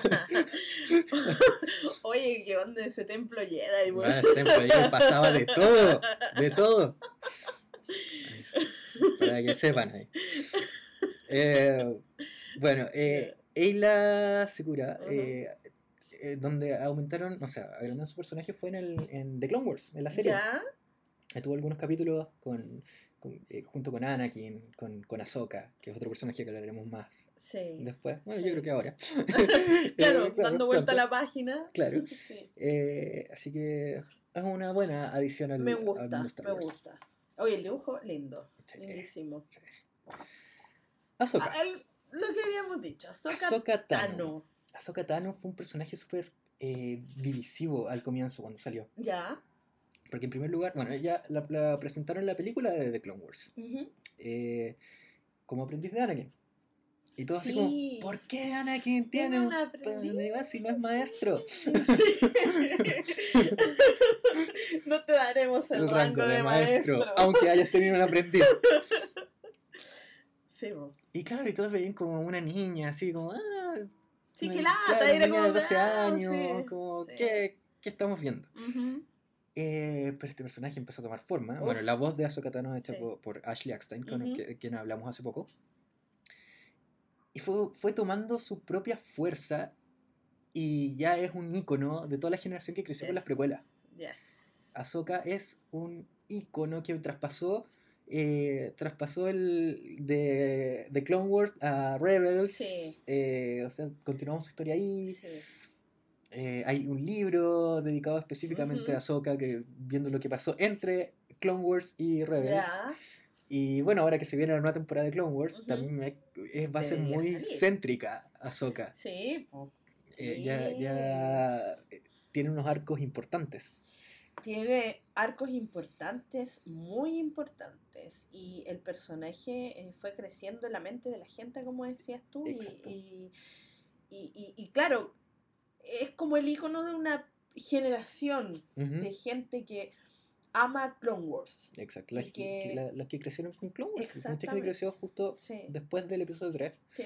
Oye, ¿qué onda ese templo Jedi, güey? Bueno, ese tiempo ahí pasaba de todo, de todo. Para que sepan ahí. Eh, bueno, eh, Ayla Secura, Ujú. eh, eh, donde aumentaron, o sea, agrandaron su personaje fue en, el, en The Clone Wars, en la serie. ¿Ya? Eh, Tuvo algunos capítulos con, con, eh, junto con Anakin, con, con Ahsoka, que es otro personaje que hablaremos más Sí. después. Bueno, Sí. yo creo que ahora. Claro, Eh, dando vuelta a pronto. la página. Claro. Sí. Eh, así que es una buena adición al, Me al mundo gusta, Star me Wars. gusta. Oye, el dibujo, lindo. Sí, Lindísimo. sí. Ahsoka. Ah, el- lo que habíamos dicho, Ahsoka Ahsoka Tano. Tano. Ahsoka Tano fue un personaje súper eh, divisivo al comienzo cuando salió. ¿Ya? Porque en primer lugar, bueno, ella la, la presentaron en la película de The Clone Wars. Ujú. eh, como aprendiz de Anakin. Y todo así Sí. como, ¿por qué Anakin tiene Tiene un un aprendiz. aprendiz si no es maestro? Sí. No te daremos el, El rango, de maestro. aunque hayas tenido un aprendiz. Sí, bo. Y claro, y todos veían como una niña, así como, ah, Sí, una- que lata, claro, era una niña como de doce ah, años, sí, como, sí. ¿qué, ¿qué estamos viendo? Ujú. Eh, pero este personaje empezó a tomar forma. Uf. Bueno, la voz de Ahsoka Tano hecha Sí. por, por Ashley Eckstein, con Ujú. que- quien hablamos hace poco. Y fue, fue tomando su propia fuerza y ya es un ícono de toda la generación que creció con las Yes. precuelas. Yes. Ahsoka es un ícono que traspasó eh, traspasó el de, de Clone Wars a Rebels. Sí. Eh, o sea, continuamos su historia ahí. Sí. Eh, hay un libro dedicado específicamente Ujú. a Ahsoka, que, viendo lo que pasó entre Clone Wars y Rebels. Ya. Y bueno, ahora que se viene la nueva temporada de Clone Wars, Ujú. también me- eh, va a ser Debería muy salir. céntrica Ahsoka. Sí, po. Eh, Sí. ya, ya eh, tiene unos arcos importantes. Tiene arcos importantes, muy importantes, y el personaje eh, fue creciendo en la mente de la gente, como decías tú, y, Exacto. y, y, y- y claro, es como el icono de una generación Ujú. de gente que ama Clone Wars. Exacto. y Las que, que- que la- las que crecieron con Clone Wars. Mucha gente Exactamente. creció justo Sí, después del episodio tres. sí,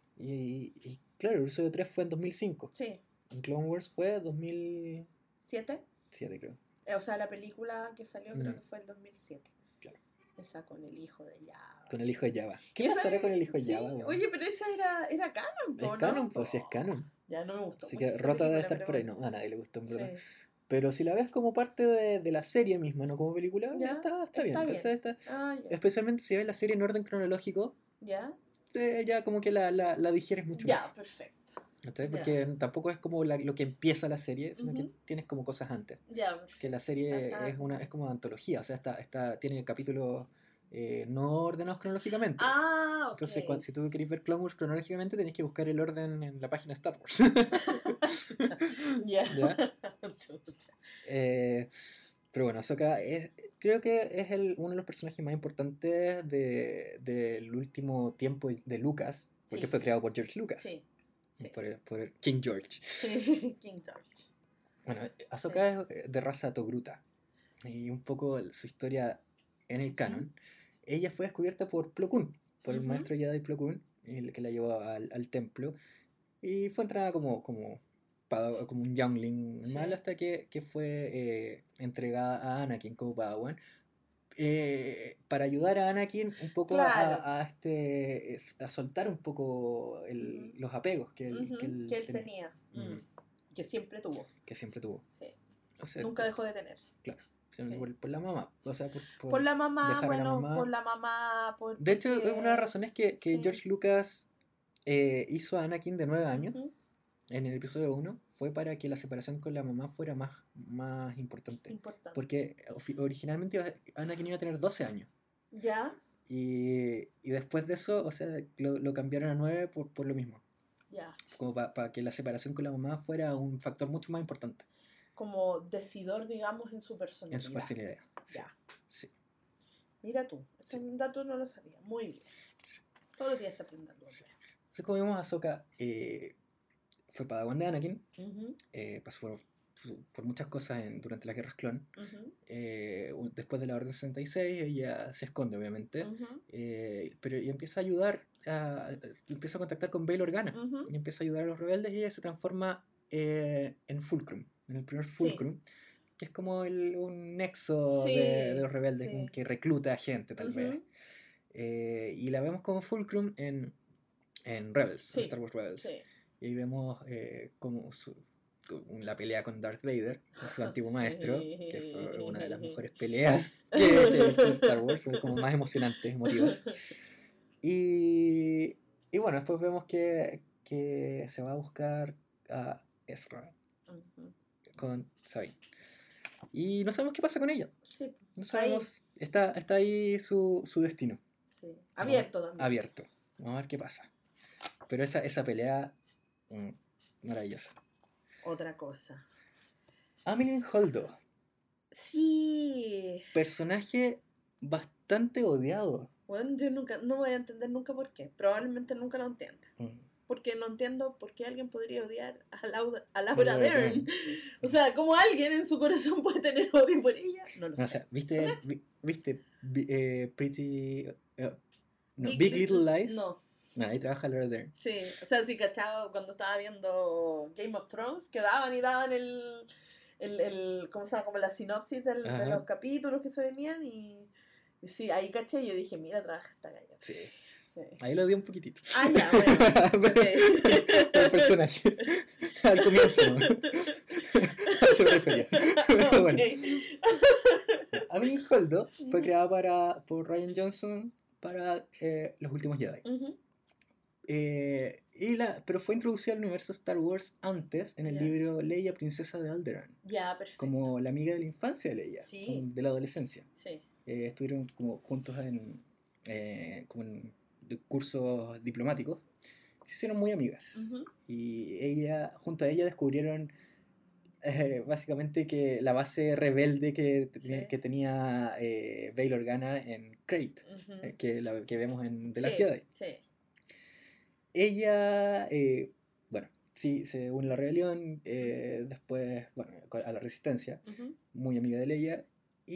Y, y claro, el episodio tres fue en dos mil cinco. sí. En Clone Wars fue dos mil siete, ¿Siete? creo. Eh, O sea, la película que salió creo Mm. que fue el dos mil siete. Claro. Esa con el hijo de Java. Con el hijo de Java. ¿Qué Y esa- pasará con el hijo de sí, Java? weón? Oye, pero esa era, era canon, po, Es ¿no? canon, pues si es canon. Ya no me gustó. Así mucho que esa Rota debe película, estar pero por ahí. bueno. No, a nadie le gustó en verdad. Sí. Pero si la ves como parte de, de la serie misma, no como película, Ya, está, está, está bien. bien. Está- está- Ah, ya. Especialmente si ves la serie en orden cronológico, Ya, eh, ya como que la, la, la digieres mucho ya, más. perfecto. ¿Cachai? Ya. Porque tampoco es como la- lo que empieza la serie, sino que Ujú. tienes como cosas antes. Ya, Que perfecto. la serie Exacto. es una es como antología, o sea, está, está, tiene capítulos eh, no ordenados cronológicamente. Ah, ok. Entonces, cuando, si tú querés ver Clone Wars cronológicamente, tenés que buscar el orden en la página de Star Wars. Chucha. Ya. ¿Ya? Chucha. Eh, pero bueno, Ahsoka es, creo que es el, uno de los personajes más importantes de- del último tiempo de Lucas, porque Sí. fue creado por George Lucas, Sí. Sí. por, el- por el King George. Sí. King George. Bueno, Ahsoka es de raza Togruta, y un poco su historia en el canon. Ella fue descubierta por Plo Koon, por el Ujú. maestro Jedi Plo Koon, el que la llevó al, al templo, y fue entrenada como, como, pada- como un youngling normal, Sí. hasta que, que fue eh, entregada a Anakin como Padawan, eh, para ayudar a Anakin un poco a- Claro. a, a este, es- a soltar un poco el- Ujú. los apegos que él, Ujú, que él que él tenía, tenía. Ujú. Mm. Que siempre tuvo. que siempre tuvo. Sí. O sea, Nunca dejó de tener. Claro, Sí. por, por la mamá, o sea, por, por- Por la mamá, dejar a la bueno, mamá. por la mamá. Por, De hecho, porque- es una de las razones que, que sí. George Lucas eh, hizo a Anakin de nueve años Ujú. en el episodio uno fue para que la separación con la mamá fuera más, más importante. Importante. Porque ofi- originalmente iba- Anakin iba a tener doce años. Ya, Y, y después de eso, o sea, lo, lo cambiaron a nueve por, por lo mismo. ya. Como para que la separación con la mamá fuera un factor mucho más importante. como decidor, digamos, en su personalidad. En su personalidad. Sí. Ya. Sí. Mira tú, ese Sí. dato no lo sabía. Muy bien. Sí. Todos los días se aprende algo. Sí. Entonces, como vimos, Ahsoka eh, fue Padawan de Anakin, Uh-huh. eh, pasó por, por muchas cosas en, durante las guerras clon. Uh-huh. Eh, después de la Orden sesenta y seis, ella se esconde, obviamente, Uh-huh. eh, pero y empieza a ayudar, a, empieza a contactar con Bail Organa, Uh-huh. y empieza a ayudar a los rebeldes, y ella se transforma eh, en Fulcrum, en el primer Fulcrum, sí. que es como el, un nexo sí, de, de los rebeldes, sí. que recluta a gente, tal uh-huh. vez. Eh, y la vemos como Fulcrum en, en Rebels, sí. en Star Wars Rebels. Sí. Y ahí vemos eh, como su, la pelea con Darth Vader, su antiguo sí. maestro, que fue una de las mejores peleas que he visto en Star Wars, son como más emocionantes, emotivas. Y, y bueno, después vemos que, que se va a buscar a Ezra uh-huh. con Sabine. Y no sabemos qué pasa con ella. Sí, no sabemos, está, está ahí su, su destino. Sí. Abierto también. Abierto. Vamos a ver qué pasa. Pero esa, esa pelea, mmm, maravillosa. Otra cosa. Amilyn Holdo. Sí. Personaje bastante odiado. Bueno, yo nunca, no voy a entender nunca por qué. Probablemente nunca lo entienda. Mm. Porque no entiendo por qué alguien podría odiar a Laura, a Laura Dern. O sea, ¿cómo alguien en su corazón puede tener odio por ella? No lo no, sé. O sea, ¿viste, o sea, vi, ¿viste eh, Pretty... Uh, no, Big, Big Little Lies? No. No, ahí trabaja Laura Dern. Sí, o sea, sí, cachado, cuando estaba viendo Game of Thrones, que daban y daban el... el, el ¿cómo se llama? Como la sinopsis del, de los capítulos que se venían y... y sí, ahí caché y yo dije, mira, trabaja esta galla. Sí. Sí. Ahí lo di un poquitito. Ah, ya, bueno. Okay. El personaje. Al comienzo. ¿No? A eso me refería. Okay. Bueno. Amilyn Holdo fue creada para, por Rian Johnson para eh, Los Últimos Jedi. Uh-huh. eh, y la, pero fue introducida al universo Star Wars antes en el yeah. libro Leia, Princesa de Alderaan. Ya, yeah, perfecto. Como la amiga de la infancia de Leia. Sí. De la adolescencia. Sí. Eh, estuvieron como juntos en... Eh, como en de cursos diplomáticos, se hicieron muy amigas. Uh-huh. Y ella, junto a ella descubrieron eh, básicamente que la base rebelde que, sí. que tenía eh, Bail Organa en Crate, uh-huh. eh, que, la, que vemos en The Last sí, Jedi. Sí. Ella, eh, bueno, sí, se une a la rebelión, eh, después, bueno, a la resistencia, uh-huh. muy amiga de Leia,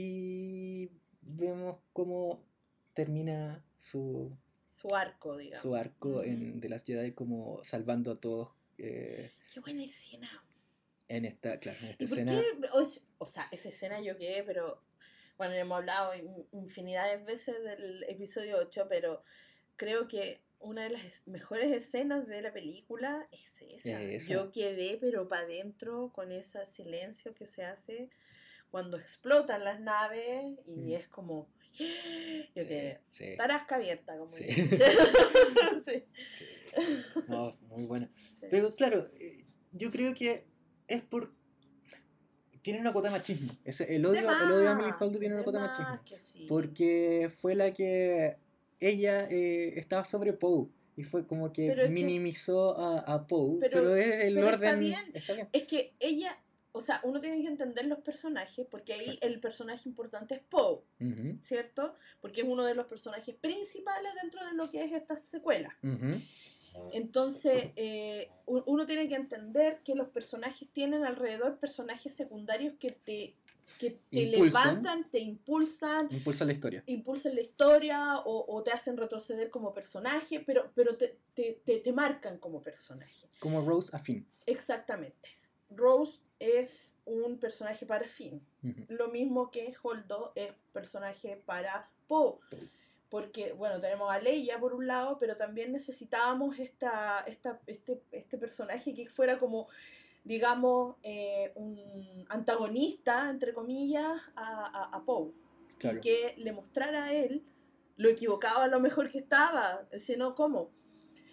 y vemos cómo termina su... Su arco, digamos. Su arco uh-huh. en The Last Jedi, como salvando a todos. Eh, ¡Qué buena escena! En esta, claro, en esta ¿Y por escena. Qué? O, o sea, esa escena yo quedé, pero. Bueno, hemos hablado infinidad de veces del episodio ocho, pero creo que una de las mejores escenas de la película es esa. esa. Yo quedé, pero para adentro, con ese silencio que se hace cuando explotan las naves y mm. es como. Yo sí, que sí. Tarasca abierta, como sí. sí. sí. No, muy buena. Sí. Pero claro, yo creo que es por. Tiene una cuota de machismo. Ese, el odio, más, el odio a Amilyn Holdo tiene una cuota de machismo. Sí. Porque fue la que. Ella eh, estaba sobre Poe. Y fue como que minimizó que, a, a Poe. Pero, pero es el pero orden. Está bien. Está bien. Es que ella. O sea, uno tiene que entender los personajes, porque ahí Exacto. el personaje importante es Poe, uh-huh. ¿cierto? Porque es uno de los personajes principales dentro de lo que es esta secuela. Uh-huh. Entonces, eh, uno tiene que entender que los personajes tienen alrededor personajes secundarios que te, que te levantan, te impulsan. Impulsan la historia. Impulsan la historia o, o te hacen retroceder como personaje, pero, pero te, te, te, te marcan como personaje. Como Rose a Finn. Exactamente. Rose es un personaje para Finn. Uh-huh. Lo mismo que Holdo es personaje para Poe. Porque, bueno, tenemos a Leia por un lado, pero también necesitábamos esta, esta, este, este personaje que fuera como, digamos, eh, un antagonista, entre comillas, a, a, a Poe. Claro. Y que le mostrara a él lo equivocado a lo mejor que estaba. Si no, ¿cómo?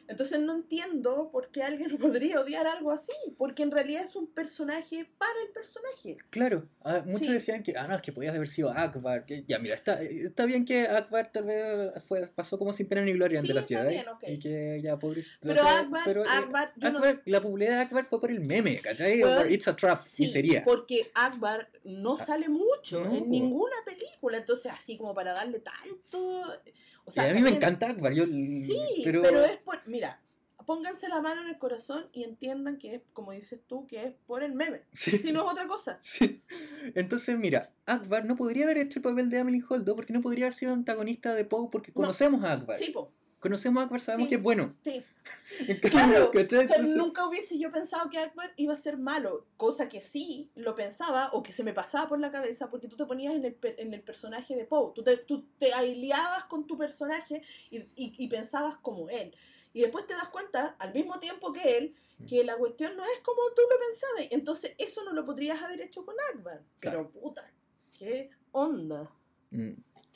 Entonces no entiendo por qué alguien podría odiar algo así, porque en realidad es un personaje para el personaje. Claro, ah, muchos Sí. decían que, ah, no, es que podías haber sido Akbar. Que, ya, mira, está, está bien que Akbar tal vez fue, pasó como sin pena ni gloria Sí, ante las está Jedi. bien, ok. Y que ya, pobrecito. Pero o sea, Akbar, pero, eh, Akbar, yo Akbar no... la popularidad de Akbar fue por el meme, ¿cachai? Bueno, por It's a Trap, sí, y sería. porque Akbar no sale mucho no, en po. ninguna película, entonces así como para darle tanto... O sea, y a mí me también- encanta Akbar. Yo, Sí, pero... pero es por... Mira, pónganse la mano en el corazón y entiendan que es, como dices tú, que es por el meme. Sí. Si no es otra cosa. Sí. Entonces, mira, Akbar no podría haber hecho el papel de Amelin Holdo porque no podría haber sido antagonista de Poe porque No. conocemos a Akbar. Sí, po. Conocemos a Akbar, sabemos Sí. que es bueno. Sí. En Claro, cambio, ¿cachai? o sea, Entonces- nunca hubiese yo pensado que Akbar iba a ser malo, cosa que sí lo pensaba o que se me pasaba por la cabeza porque tú te ponías en el, per- en el personaje de Poe, tú te, tú te aliabas con tu personaje y, y, y pensabas como él. Y después te das cuenta, al mismo tiempo que él, que la cuestión no es como tú lo pensabas. Entonces eso no lo podrías haber hecho con Akbar. Claro. Pero puta, qué onda. Mm.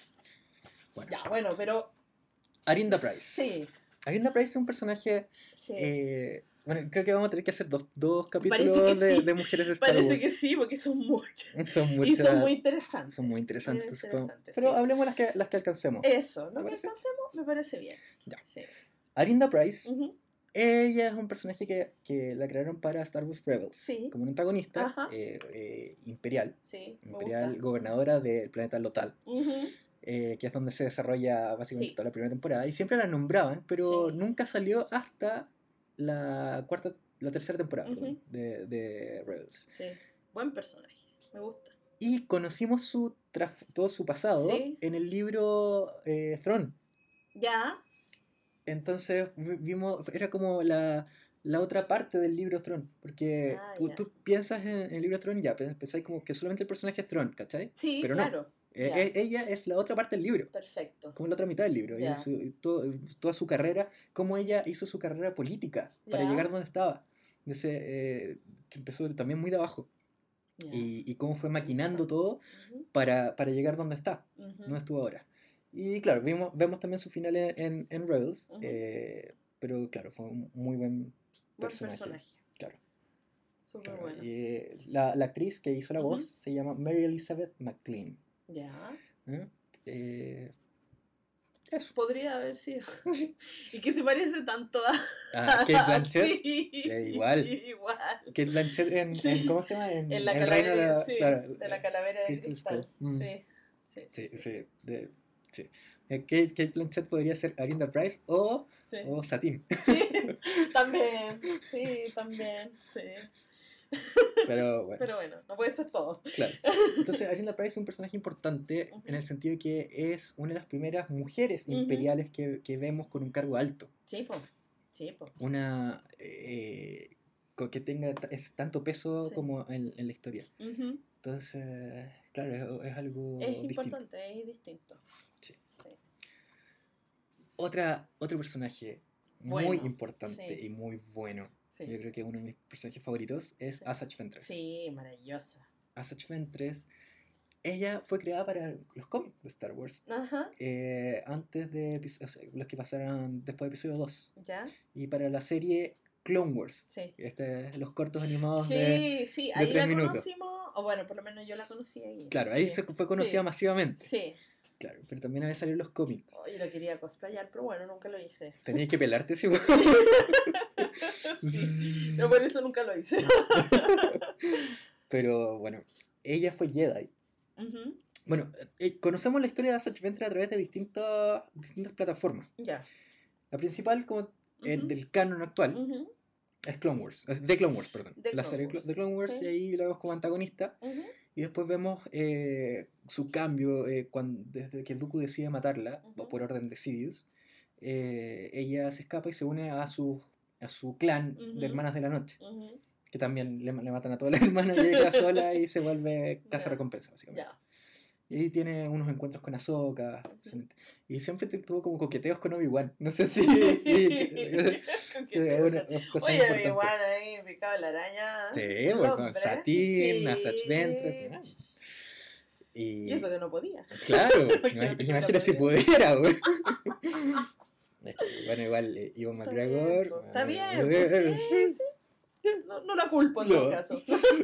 Bueno, Ya, bueno, pero Arinda Price. sí, Arinda Price es un personaje... sí. eh, bueno, creo que vamos a tener que hacer dos, dos Parece que capítulos de, sí. de mujeres de Star Parece Wars. que sí, porque son muchas. Son Y muchas... son muy interesantes. son muy interesantes. Muy entonces, como- interesantes, pero sí. hablemos las que, las que alcancemos. Eso, ¿Te lo que parece? alcancemos me parece bien. Ya. Sí. Arinda Price, Ujú. ella es un personaje que, que la crearon para Star Wars Rebels. Sí. Como un antagonista Ajá. eh, eh, imperial. Sí, me Imperial, gusta. gobernadora del planeta Lotal. Ujú. eh, que es donde se desarrolla básicamente Sí. toda la primera temporada. Y siempre la nombraban, pero Sí. nunca salió hasta la cuarta, la tercera temporada Ujú. perdón, de, de Rebels. Sí, buen personaje, me gusta. Y conocimos su traf- todo su pasado Sí. en el libro eh, Throne. Ya, Entonces vi- vimos, era como la, la otra parte del libro Throne. Porque Ah, tú, ya. tú piensas en, en el libro Throne, ya, pens- pensáis como que solamente el personaje es Throne, ¿cachai? sí, Pero no. claro. Eh, Ya. eh, ella es la otra parte del libro. Perfecto. Como la otra mitad del libro. Y Ya. su- todo- toda su carrera, cómo ella hizo su carrera política para Ya. llegar donde estaba. De ese, eh, que empezó también muy de abajo. Ya. Y, y cómo fue maquinando todo Ujú, para, para llegar donde está, ujú. donde estuvo ahora. Y claro, vimos, vemos también su final en, en, en Rebels. Ujú. eh, pero claro, fue un muy buen Buen personaje. personaje. Claro. Súper claro. bueno. Y, eh, la, la actriz que hizo la Ujú. voz se llama Mary Elizabeth McLean. Ya. ¿eh? Eh, eso. Podría haber sido. Y que se parece tanto a. Ah, Kate Blanchett. Sí. Eh, igual. Igual. Kate Blanchett en, Sí. en- ¿cómo se llama? En, En la El Reino calavera, de la, sí, claro, de la calavera de Crystal cristal. Skull. Mm. Sí. Sí, Sí, sí, sí, de- sí. Eh, Kate, Kate Blanchett podría ser Arinda Price o, sí. o Satine. Sí, también, sí, también, sí. Pero bueno, Pero bueno, no puede ser todo. claro. Entonces, Arinda Price es un personaje importante Ujú. en el sentido de que es una de las primeras mujeres Ujú. imperiales que, que vemos con un cargo alto. Sí, po. Sí, po. Una eh, co- que tenga ta- es tanto peso Sí. como en, en la historia. Ujú. Entonces, claro, es, es algo Es distinto. importante, es distinto. Sí. Sí. Otra, otro personaje muy Bueno, importante sí. y muy bueno. Sí. Yo creo que uno de mis personajes favoritos es Sí. Asajj Ventress. Sí, maravillosa. Asajj Ventress, ella fue creada para los cómics de Star Wars. Ajá, eh, antes de episo- o sea, los que pasaron después de episodio dos. ya, Y para la serie Clone Wars. sí. Este, los cortos animados de... Sí, sí, de ahí tres la minutos. conocimos, o bueno, por lo menos yo la conocí ahí. Claro, sí. ahí se fue conocida Sí. masivamente. Sí, Claro, pero también había salido en los cómics. oh, yo lo quería cosplayar, pero bueno, nunca lo hice. Tenías que pelarte, sí. pues. Sí, pero por eso nunca lo hice. Pero bueno, ella fue Jedi. Ujú, Bueno, eh, conocemos la historia de Asajj Ventress a través de distintas, distintas plataformas. ya. La principal, como eh, Ujú, del canon actual, ujú, es Clone Wars. Es de Clone Wars, perdón. De la Clone serie Wars, de Clone Wars, sí. y ahí la vemos como antagonista. ujú, Y después vemos eh, su cambio eh, cuando, desde que Dooku decide matarla, Ujú. por orden de Sidious. eh, ella se escapa y se une a su, a su clan Ujú. de hermanas de la noche. ujú, Que también le, le matan a todas las hermanas y ella queda sola y se vuelve casa Ya. recompensa, básicamente. Ya. Y ahí tiene unos encuentros con Ahsoka. Y siempre te- tuvo como coqueteos con Obi-Wan. No sé si... si que- Con que que es te una, gusta. una cosa Oye, importante. igual ahí, picado la araña. Sí, el pues, con hombre. Satine, Sí. Asajj Ventress, ¿no? Y, Y eso que no podía. claro, Imagínate ima- que imagínate no si podía. pudiera, güey. Bueno, igual, eh, Ewan McGregor... Está bien, está bien pues, sí, sí. No, no la culpo en no. todo caso.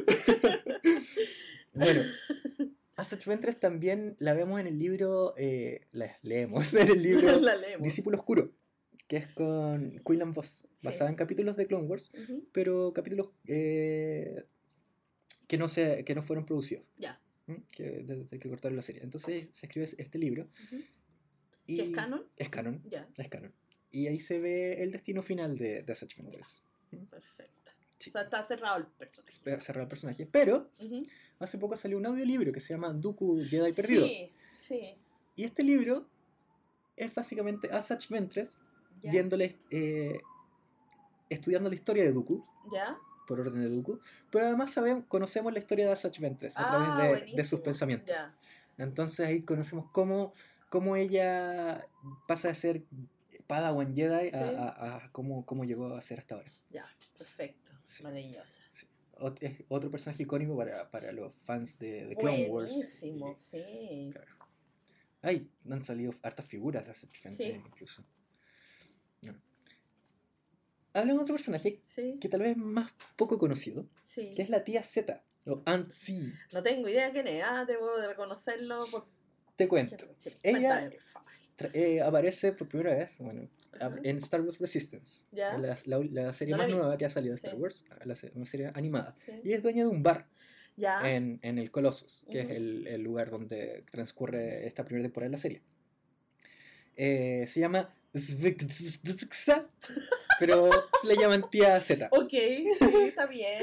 Bueno, Asajj Ventress también la vemos en el libro, eh, la leemos en el libro Discípulo Oscuro, que es con Quinlan Vos, basada sí. en capítulos de Clone Wars, uh-huh. pero capítulos eh, que, no se, que no fueron producidos. Ya. ¿Mm? Que, desde que cortaron la serie. Entonces se escribe este libro. Uh-huh. Y ¿es canon? Es canon. Ya. Es canon. Y ahí se ve el destino final de, de Asajj Ventress. Perfecto. Sí. O sea, está cerrado el personaje. Está cerrado el personaje. Pero uh-huh. hace poco salió un audiolibro que se llama Dooku Jedi Perdido. Sí, sí. Y este libro es básicamente Asajj Ventress yeah. viéndole, eh, estudiando la historia de Dooku. Ya. Por orden de Dooku. Pero además sabemos, conocemos la historia de Asajj Ventress a ah, través de, de sus pensamientos. Ya. Entonces ahí conocemos cómo, cómo ella pasa de ser Padawan Jedi ¿sí? a, a, a cómo, cómo llegó a ser hasta ahora. Ya, perfecto. Sí. Maravillosa. Sí. Ot- es otro personaje icónico para, para los fans de, de Clone Wars. Buenísimo, sí. Claro. Ay, han salido hartas figuras de Asajj Ventress sí. incluso. No. Hablamos de otro personaje sí. que tal vez es más poco conocido, sí. que es la tía Z, o Aunt Z. No tengo idea quién es, ah, debo de reconocerlo. Por... Te cuento. Sí. Ella tra- eh, aparece por primera vez bueno, uh-huh. en Star Wars Resistance, ¿ya? La, la, la serie no más la nueva que ha salido de Star sí. Wars, la, una serie animada. Sí. Y es dueña de un bar ¿ya? En, en el Colossus, que uh-huh. es el, el lugar donde transcurre esta primera temporada de la serie. Eh, se llama Zvixxa, pero le llaman tía Z. Ok, sí, está bien.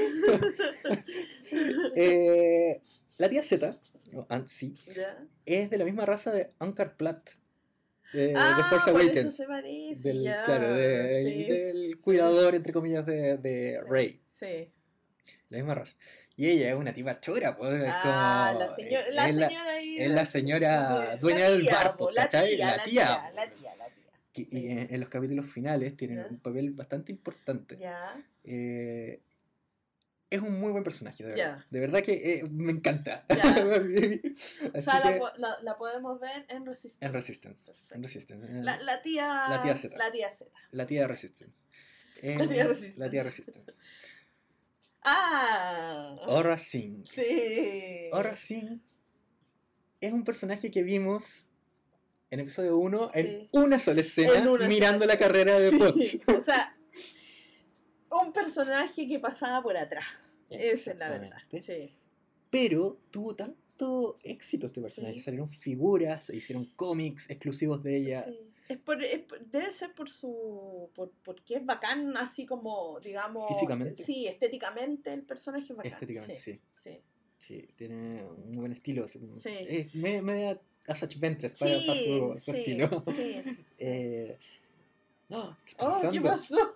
eh, la tía Z, o Aunt Z, ¿ya? es de la misma raza de Unkar Platt, de, ah, de Force Awakens. Por eso se parece, del, ya. Claro, de, sí. del cuidador, entre comillas, de, de sí. Rey. Sí. La misma raza. Y ella es una tipa chora, pues. Ah, como, la, señor, la es señora la, ahí. Es la señora la dueña tía, del bar, po, la, ¿cachai? tía, La, la tía. tía. La tía, la tía. Que, sí. Y en, en los capítulos finales tienen ¿ya? Un papel bastante importante. Ya. Eh, es un muy buen personaje, de verdad. Ya. De verdad que eh, me encanta. o sea, que, la, la, la podemos ver en Resistance. En Resistance. En Resistance. La, la tía... La tía Z. La tía Z. La tía Resistance. Eh, la tía Resistance. La tía Resistance. Ah. Aurra Sing. Sí. Aurra Sing es un personaje que vimos en episodio uno sí. en una sola escena una mirando sola la carrera de sí. Fox. O sea, un personaje que pasaba por atrás. Esa es la verdad. Sí. Pero tuvo tanto éxito este personaje. Sí. Salieron figuras, se hicieron cómics exclusivos de ella. Sí. Es por, es, debe ser por su... Por, porque es bacán, así como, digamos... Físicamente. Sí, estéticamente el personaje es bacán. Estéticamente, sí. Sí, sí. sí tiene un buen estilo. Sí. Es media, media Asajj Ventress para, sí, para su, su sí, estilo. Sí. eh, oh, ¿qué está oh, pasando? ¿qué pasó?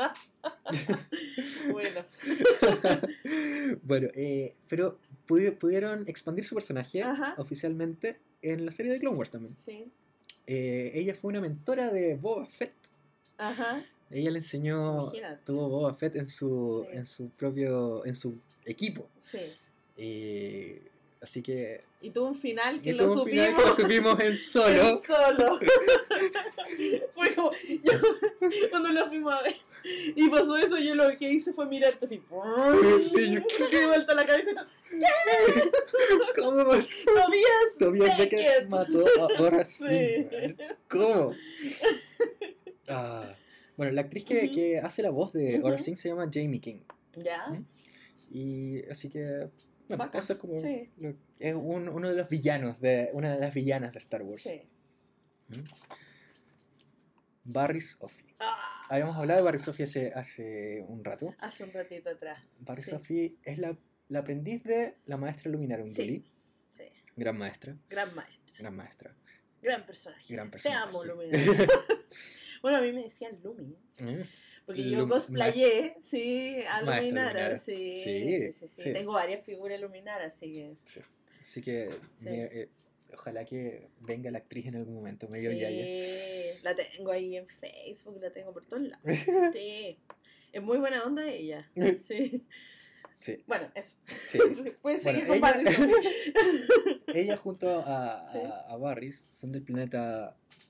bueno. bueno, eh, pero pudi- pudieron expandir su personaje Ajá. oficialmente en la serie de Clone Wars también. Sí. Eh, ella fue una mentora de Boba Fett. Ajá. Ella le enseñó, Imagínate. tuvo Boba Fett en su, sí. en su propio, en su equipo. Sí. Eh, así que. Y tuvo un final que y lo tuvo un supimos. Final que lo supimos en Solo. En Solo. Fue como, yo, cuando lo fuimos a ver y pasó eso, yo lo que hice fue mirarte así. Sí, yo di vuelta la cabeza y todo. ¿Qué? ¿Cómo? Tobias Tobias Beckett mató a Aurra sí. Sing. ¿Cómo? Ah, bueno, la actriz que, uh-huh. que hace la voz de uh-huh. Aurra Sing se llama Jamie King. Ya. ¿Mm? Y así que bueno, Bacán. eso es como sí. lo, es un, uno de los villanos de una de las villanas de Star Wars. Sí. ¿Mm? Barriss Offee. Ah. Habíamos hablado de Barriss Offee hace, hace un rato. Hace un ratito atrás. Barriss sí. Offee es la, la aprendiz de la maestra Luminara Unduli. Sí. sí. Gran maestra. Gran maestra. Gran maestra. Gran personaje. Gran personaje. Te amo, Luminara. Bueno, a mí me decían Lumi. Porque yo Lum- cosplayé, ma- sí, a Luminara. Sí, sí, sí, sí, sí. sí. Tengo varias figuras Luminara, así que... Sí. Así que sí. me, eh, ojalá que venga la actriz en algún momento, medio sí, yaya. La tengo ahí en Facebook, la tengo por todos lados. Sí, es muy buena onda ella. Sí. Sí. Bueno, eso. Sí. Puedes seguir bueno, con ella, Barriss. ella junto a, sí. a, a Barriss son del planeta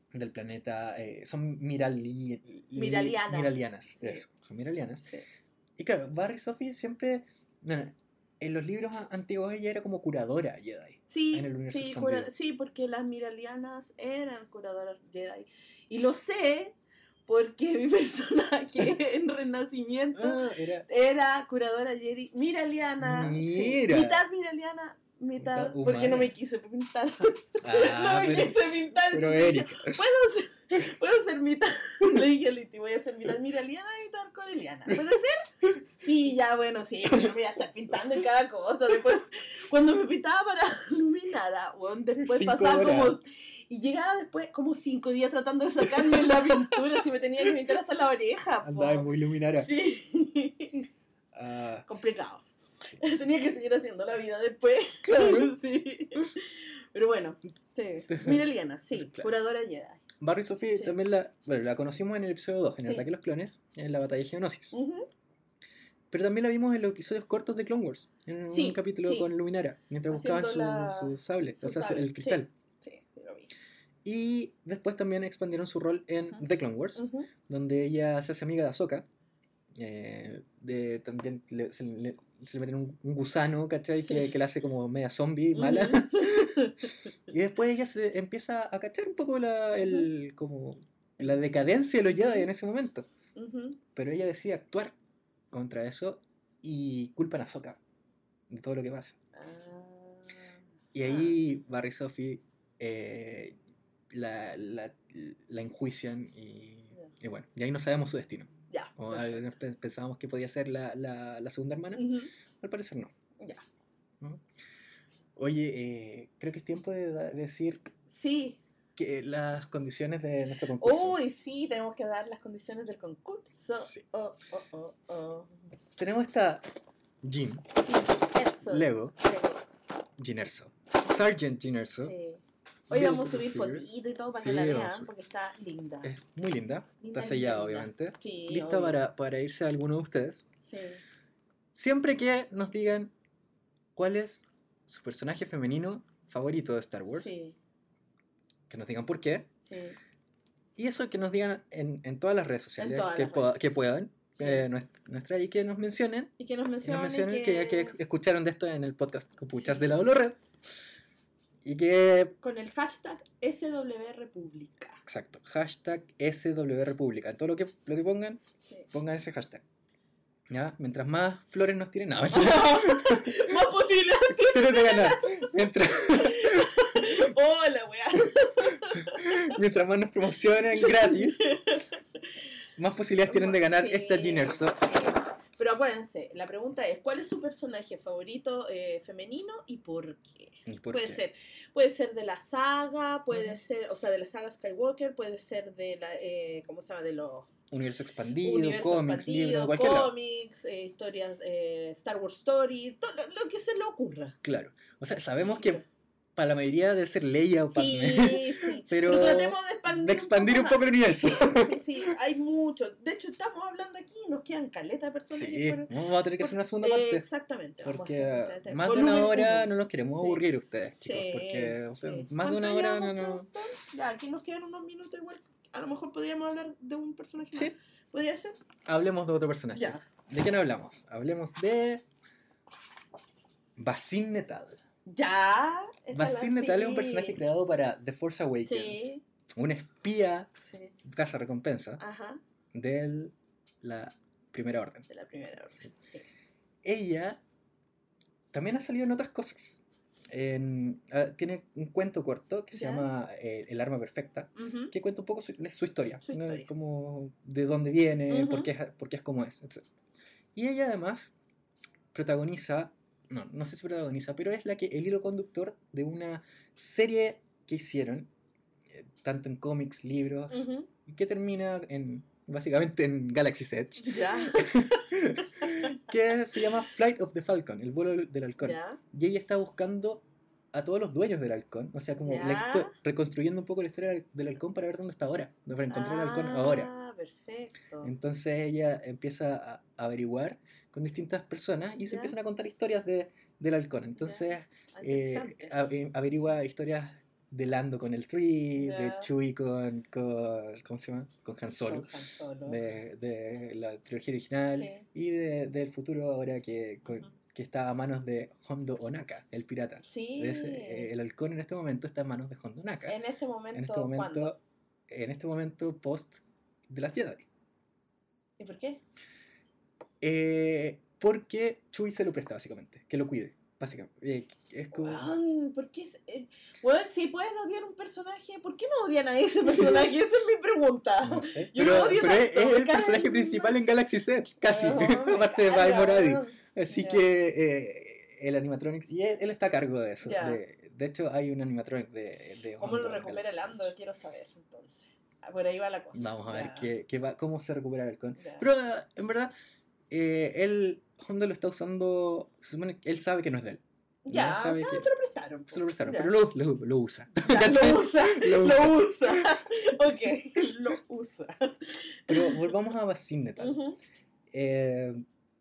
del planeta, eh, son mirali, miralianas. Miralianas, sí. eso, son miralianas. Sí. Y claro, Barry Sophie siempre, bueno, en los libros antiguos ella era como curadora Jedi. Sí, en el universo sí, expandido. cura, sí, porque las miralianas eran curadoras Jedi. Y lo sé porque mi personaje en Renacimiento ah, era... era curadora Jedi miraliana. Mira. Sí, mitad miraliana. Mitad, Mitad porque no me humana. quise pintar. Ah, no me pero- quise pintar. pero Entonces dije, Erika. ¿puedo ser, puedo ser mitad? Le dije a Liti, voy a ser mitad miraliana y mitad coreliana. ¿Puede ser? Sí, ya, bueno, sí, pero no me voy a estar pintando en cada cosa. Después, cuando me pintaba para Luminara, bueno, después Cinco pasaba horas. como... Y llegaba después como cinco días tratando de sacarme la pintura, si me tenía que pintar hasta la oreja. po. Andaba muy luminara. Sí. Ah, Complicado. Tenía que seguir haciendo la vida después. Claro. Sí. Pero bueno, sí. Miraliana, sí, Claro. curadora Jedi. Barry Sophie Sí. también la, bueno, la conocimos en el episodio dos, en el Sí. ataque a los clones, en la batalla de Geonosis. Ujú. Pero también la vimos en los episodios cortos de Clone Wars, en Sí, un capítulo sí. con Luminara, mientras buscaban su, Haciendo la- su sable, su o sea, su- sable, el cristal. Sí, sí, lo vi. Y después también expandieron su rol en Ujú. The Clone Wars, Ujú. donde ella se hace amiga de Ahsoka. Eh, de, también le- se, le, se le meten un, un gusano, ¿cachai? Sí. Que, que la hace como media zombie, mala. Y después ella se empieza a cachar un poco la, el, como la decadencia de los Jedi en ese momento. Ujú. Pero ella decide actuar contra eso y culpan a Ahsoka de todo lo que pasa. Ah. Y ahí Barry Sophie eh, la, la, la enjuician y, y bueno, y ahí no sabemos su destino. Ya. O perfecto. al- pe- pensábamos que podía ser la, la, la segunda hermana, Ujú. al parecer no. Ya. ¿no? Oye, eh, creo que es tiempo de, da- decir Sí. que las condiciones de nuestro concurso. Uy, sí, tenemos que dar las condiciones del concurso. Sí. Oh, oh, oh, oh. Tenemos esta Jean, Eso. Lego, Lego. Jean Erso, Sergeant Jean Erso. Sí. Hoy vamos a Build subir Figures. fotitos y todo para Sí, que la vamos a vean, subir. porque está linda. Es muy linda, Linda, está sellada linda, linda. obviamente. Sí, Lista obvio. para, para irse a alguno de ustedes. Sí. Siempre que nos digan cuál es su personaje femenino favorito de Star Wars, Sí, que nos digan por qué, sí. y eso que nos digan en, en todas las redes sociales todas que, las pueda- redes que sociales. puedan, Sí. eh, nuestra, nuestra- y que nos mencionen, Y que nos y nos mencionen, mencionen que, que, que escucharon de esto en el podcast Copuchas Sí. de la Dolores, y que, con el hashtag S W República. exacto, hashtag S W República, todo lo que, lo que pongan, Sí. pongan ese hashtag. ¿Ya? Mientras más flores nos tiren, no, Más posible. tienen de ganar. Mientras, Hola, weá. mientras más nos promocionen gratis, más posibilidades tienen de ganar Sí, esta Jean Erso. sí. Pero acuérdense, la pregunta es, ¿cuál es su personaje favorito eh, femenino y por qué? ¿Y por puede qué? ser, puede ser de la saga, puede Ujú. ser, o sea, de la saga Skywalker, puede ser de la, eh, ¿cómo se llama? De los Universo expandido, universos cómics, expandidos, libros, de cualquier lado. cómics, eh, historias, eh, Star Wars Story, todo lo, lo que se le ocurra. Claro. O sea, sabemos que para la mayoría debe ser Leia o Sí, Padmé. sí. Pero tratemos de expandir, de expandir un poco el universo. más. Sí, sí, hay mucho. De hecho, estamos hablando aquí y nos quedan caleta de personajes. Sí, pero- vamos a tener que hacer una segunda Eh, parte. Exactamente. vamos a Porque hacer este más de una volumen hora uno. no nos queremos Sí. aburrir ustedes, chicos. Sí, Porque o sea, sí. más de una ¿Cuánto hora no, llevamos, no. productor? Ya, aquí nos quedan unos minutos igual. A lo mejor podríamos hablar de un personaje Sí. más. ¿Podría ser? Hablemos de otro personaje. Ya. ¿De quién hablamos? Hablemos de Basin Netal. Ya. esta Basin la- Netal es un sí. personaje creado para The Force Awakens. Sí. Un espía Sí. caza recompensa Ajá. de la Primera Orden. De la primera orden. Sí. Ella también ha salido en otras cosas. En- ah, tiene un cuento corto que se Ya. llama eh, El arma perfecta, Ujú. que cuenta un poco su, su historia, Su ¿no? historia. Como de dónde viene, Ujú. por, qué es, por qué es como es, etcétera. Y ella además protagoniza, no, no sé si protagoniza, pero es la que el hilo conductor de una serie que hicieron, eh, tanto en cómics, libros, Ujú. que termina en básicamente en Galaxy's Edge, Ya. que se llama Flight of the Falcon, el vuelo del, del halcón. Ya. Y ella está buscando a todos los dueños del halcón, o sea, como la Ya. histo- reconstruyendo un poco la historia del, del halcón para ver dónde está ahora, para encontrar el halcón ahora. Ah, perfecto. Entonces ella empieza a averiguar con distintas personas y se Ya. empiezan a contar historias de, del halcón. Entonces Ah, eh, interesante. a- eh, averigua historias de Lando con el Three, Ya. de Chewie con, con, ¿cómo se llama? Con Han Solo, Con Han Solo. de, de la trilogía original, Sí. y de, del futuro ahora que, con- Ujú. que está a manos de Hondo Onaka, el pirata. Sí. Ese, eh, el halcón en este momento está en manos de Hondo Onaka. En este momento, En este momento, ¿cuándo? en este momento post de las Jedi. ¿Y por qué? Eh, porque Chewie se lo presta, básicamente, que lo cuide, básicamente. Eh, es como... Weón, ¿por qué? es- eh, weón, si pueden odiar un personaje, ¿por qué no odian a ese personaje? Esa es mi pregunta. No sé, Yo pero, lo odio pero es, tanto, es me el cae personaje en- principal en Galaxy's Edge, casi, Weón, me aparte de Val carga, Moradi. weón. Así Ya. que eh, el animatronics, y él, él está a cargo de eso. Ya. De, de hecho, hay un animatronic de, de ¿Cómo Hondo lo en recupera el Galaxy's Ando? Edge. Quiero saber, entonces. Ah, por ahí va la cosa. Vamos a ver Ya. qué, qué va, cómo se recupera el halcón. Ya. Pero eh, en verdad, eh, él, Hondo lo está usando, se supone que él sabe que no es de él. Ya, Ya o sabe sea, que- se lo prestaron. po. Se lo prestaron, Ya. pero lo, lo, lo usa. Ya, lo usa, Lo lo usa. usa. Ok, lo usa. Pero volvamos a Basin Netal. Ujú, Eh,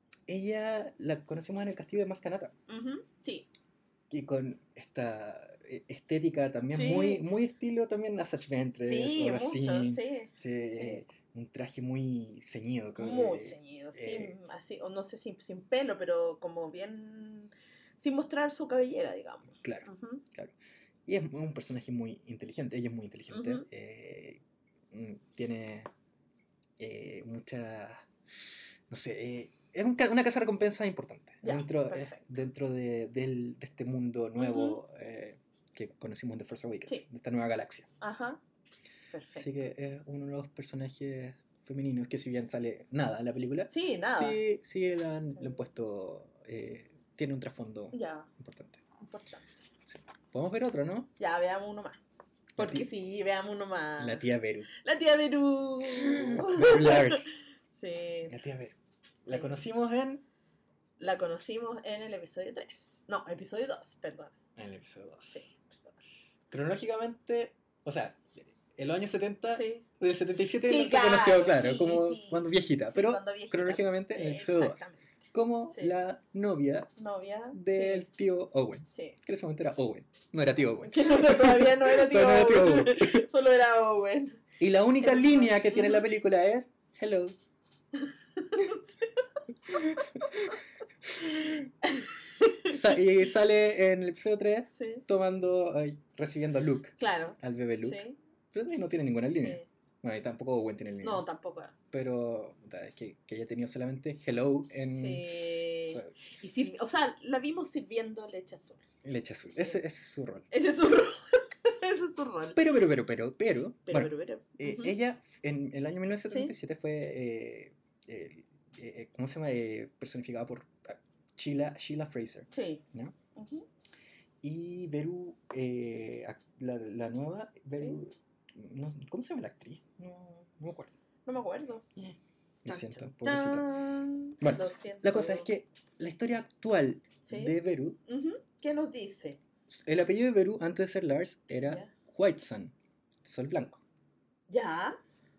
ella la conocimos en el castillo de Maskanata. ujú, sí. Y con esta eh, estética también Sí. muy, muy estilo también Asajj Ventress Sí, o mucho, Basin. sí. Sí, eh, un traje muy ceñido. como, Muy eh, ceñido, sí, eh, así, o no sé si sin pelo, pero como bien sin mostrar su cabellera, digamos. Claro, Ujú, claro. Y es un personaje muy inteligente, ella es muy inteligente. Ujú. eh, mm, tiene eh, mucha, no sé, eh, es un ca- una casa de recompensas importante Ya, dentro, eh, perfecto. dentro de, del- de este mundo nuevo eh, que conocimos en The Force Awakens, Sí. de esta nueva galaxia. Ajá. Perfecto. Así que es uno de los personajes femeninos que si bien sale nada en la película, Sí, nada. sí, sí le han, Sí. le han puesto, eh, tiene un trasfondo Ya, importante. importante. Sí. Podemos ver otro, ¿no? Ya, veamos uno más. Porque tía- sí, veamos uno más. La tía Beru. La tía Beru. Beru Lars. Sí. La tía Beru. La Sí. conocimos en... La conocimos en el episodio tres. No, episodio dos, perdón. En el episodio dos. Sí, perdón. Cronológicamente, o sea, en los años setenta, Sí. del setenta y siete Sí, se claro, conoció, claro, sí, como sí, cuando sí, viejita, sí, pero cuando viejita. cronológicamente en el episodio dos, Exactamente. como Sí. la novia Novia. del Sí. tío Owen, Sí. que en ese momento era Owen, no era tío Owen. Que no, no, todavía no era tío Todavía no era tío Owen. Solo era Owen. Y la única Eso. línea que tiene la Ujú. película es Hello. Sa- y sale en el episodio tres Sí. tomando, ay, recibiendo a Luke, Claro. al bebé Luke. Sí. Pero ahí no tiene ninguna línea. Sí. Bueno, y tampoco Owen tiene línea. No, tampoco. Pero puta, es que, que haya tenido solamente Hello en Sí. fue- Y sirvi- o sea, la vimos sirviendo leche azul. Leche Azul. Sí. Ese, ese es su rol. Ese es su rol. Ese es su rol. Pero, pero, pero, pero, pero, Pero, bueno, pero, pero. eh, Ujú. ella en el año mil novecientos setenta y siete fue, eh, eh, eh, ¿cómo se llama? Eh, personificada por ah, Sheila, Sheila Fraser, Sí. ¿no? Ujú. Y Beru, eh, ac- la, la nueva, Beru, no, ¿cómo se llama la actriz? No, no me acuerdo. No me acuerdo. Lo Tan, siento, chan, pobrecita. tan. Bueno, Lo siento. La cosa es que la historia actual Sí. de Beru, Ujú. ¿Qué nos dice? el apellido de Beru antes de ser Lars era Ya. White Sun, Sol Blanco. Ya.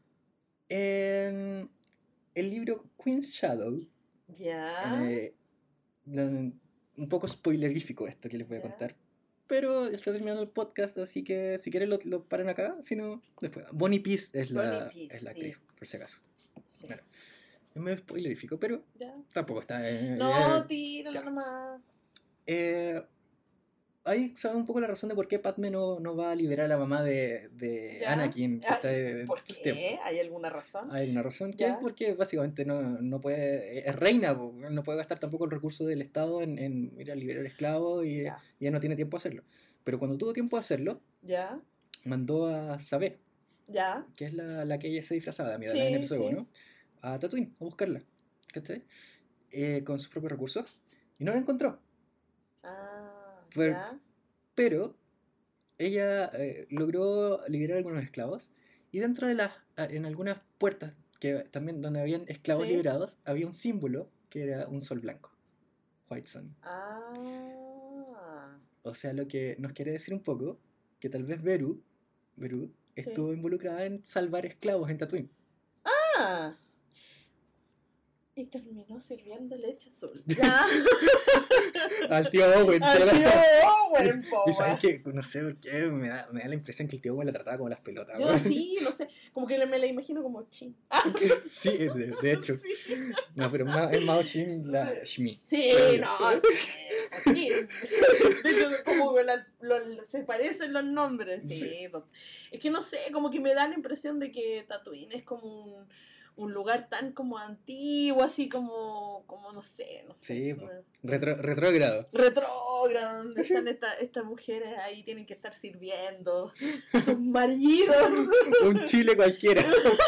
En el libro Queen's Shadow, Ya. eh, lo- un poco spoilerífico esto que les voy a Ya. contar, pero está terminando el podcast, así que si quieren lo, lo paran acá, si no, después. Bonnie Peace es la, Bonnie Peace, es la sí. actriz, por si acaso. Sí. Bueno. Es medio spoilerífico, pero Ya. tampoco está... eh, No, eh, tíralo ya. nomás. eh, ahí sabe un poco la razón de por qué Padme no, no va a liberar a la mamá de, de Ya. Anakin. Ah, ¿cachai? ¿Por Este qué? tiempo. ¿Hay alguna razón? Hay una razón que Ya. es porque básicamente no, no puede, es reina, po, no puede gastar tampoco el recurso del Estado en, en ir a liberar esclavos y Ya. y ya no tiene tiempo de hacerlo. Pero cuando tuvo tiempo de hacerlo, Ya. mandó a Sabé, Ya. que es la, la que ella se disfrazaba de Amidala Sí, en el episodio sí. uno, a Tatooine, a buscarla, ¿cachai? Eh, con sus propios recursos, y no la encontró. Ah. Fue- Ya. Pero ella eh, logró liberar algunos esclavos, y dentro de las, en algunas puertas que también donde habían esclavos Sí. liberados, había un símbolo que era un sol blanco, White Sun. Ah. O sea, lo que nos quiere decir un poco que tal vez Beru, Beru estuvo involucrada en salvar esclavos en Tatooine. Ah. Y terminó sirviendo leche azul. ¿Ya? Al tío Owen. Al tío Owen, po. Y sabes que, no sé por qué, me da, me da la impresión que el tío Owen la trataba como las pelotas. Yo ¿no? sí, no sé, como que me la imagino como Chin. Sí, de, de hecho. Sí. No, pero más, es más Chin la Shmi. Sí, no, Chin. De hecho, como que la, lo, se parecen los nombres. Sí, sí. Es que no sé, como que me da la impresión de que Tatooine es como un... un lugar tan como antiguo, así como, como no sé, no sé. Sí, pues, retro, retrógrado. Retrógrado, donde están esta, estas mujeres ahí, tienen que estar sirviendo a sus maridos. Un Chile cualquiera.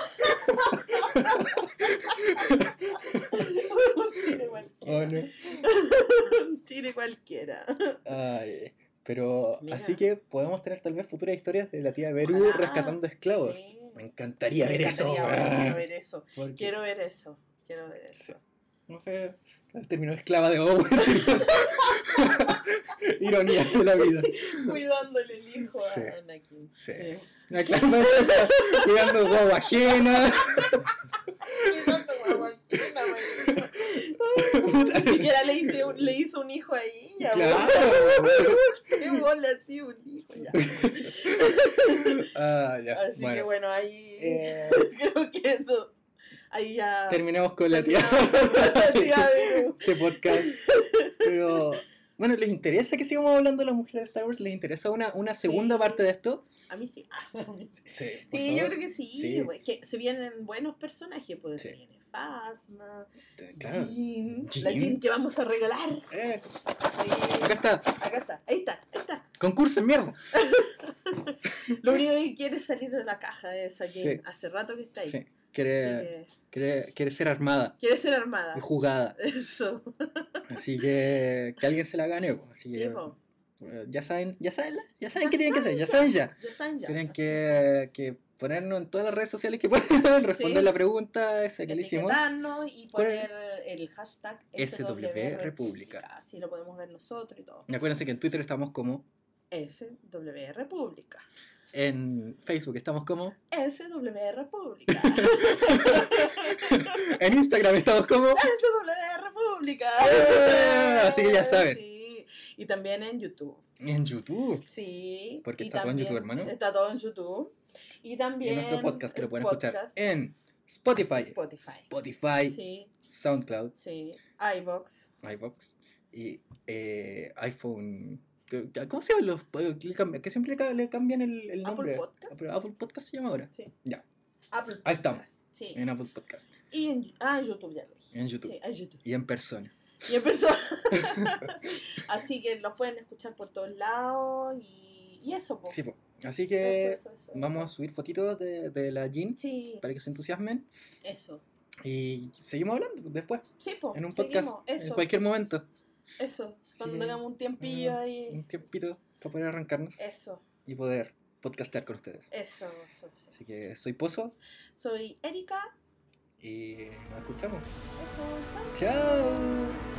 Un Chile cualquiera. Oh, no. Un Chile cualquiera. Ay, pero Mira. Así que podemos tener tal vez futuras historias de la tía Beru ah, rescatando esclavos. Sí. Me encantaría Me ver encantaría, eso. Bueno, quiero ver eso. Porque... Quiero ver eso. Quiero ver eso. Sí. No fue. Terminó esclava de Owen. Ironía de la vida. Cuidándole el hijo a sí. Anakin. Sí. sí. Claro, cuidando guagua ajena. Cuidando guagua ajena, Ni siquiera le hizo, le hizo un hijo a ella. Claro. Qué bola, sí, un hijo ya. Ah, ya. Así bueno. que bueno, ahí eh... creo que eso. Ahí ya. Terminamos con la tía. La tía de este podcast. Pero. Bueno, ¿les interesa que sigamos hablando de las mujeres de Star Wars? ¿Les interesa una, una segunda sí. parte de esto? A mí sí. Sí, sí yo creo que sí, sí. Wey, que se vienen buenos personajes, pues sí. Se viene Phasma, claro. Jean, la Jean que vamos a regalar. Eh. Sí. Acá está. Acá está, ahí está, ahí está. Concurso en mierda. Lo único que quiere es salir de la caja de esa Jean. Sí. Hace rato que está ahí. Sí. Quiere, sí. quiere, quiere ser armada. Quiere ser armada. Y jugada. Eso. Así que que alguien se la gane. Así que, sí, ya saben, ya saben, ya saben ya qué tienen que hacer, ya saben ya. Ya saben ya. Tienen que, que ponernos en todas las redes sociales que puedan, responder sí. la pregunta esa que le hicimos. Y poner el hashtag S W República. Así lo podemos ver nosotros y todo. Y acuérdense que en Twitter estamos como S W República. En Facebook estamos como S W República. En Instagram estamos como S W República. ¡Eh! Así que ya saben. Sí. Y también en YouTube. En YouTube. Sí. Porque y está todo en YouTube, hermano. Está todo en YouTube. Y también y nuestro podcast que lo pueden podcast. escuchar en Spotify. Spotify. Spotify. Sí. SoundCloud. Sí. iVoox. iVoox. Y eh, iPhone. ¿Cómo se llaman los? Que siempre le cambian el, el nombre. Apple Podcast. Pero Apple Podcast se llama ahora. Sí. Ya. Apple Podcast. Ahí estamos. Sí. En Apple Podcast. Y en, ah, en YouTube ya lo dije. En YouTube. Sí, en YouTube. Y en persona. Y en persona. Así que los pueden escuchar por todos lados y, y eso, po. Sí, po. Así que eso, eso, eso, vamos eso. a subir fotitos de, de la Jean. Sí. Para que se entusiasmen. Eso. Y seguimos hablando después. Sí, po. En un podcast. Seguimos. Eso. En cualquier momento. Eso. Cuando sí, tengamos un tiempillo un, ahí. Un tiempito para poder arrancarnos. Eso. Y poder podcastear con ustedes. Eso, eso, eso. Así que soy Pozo. Soy Erika. Y nos escuchamos. Eso. Chao. Chao.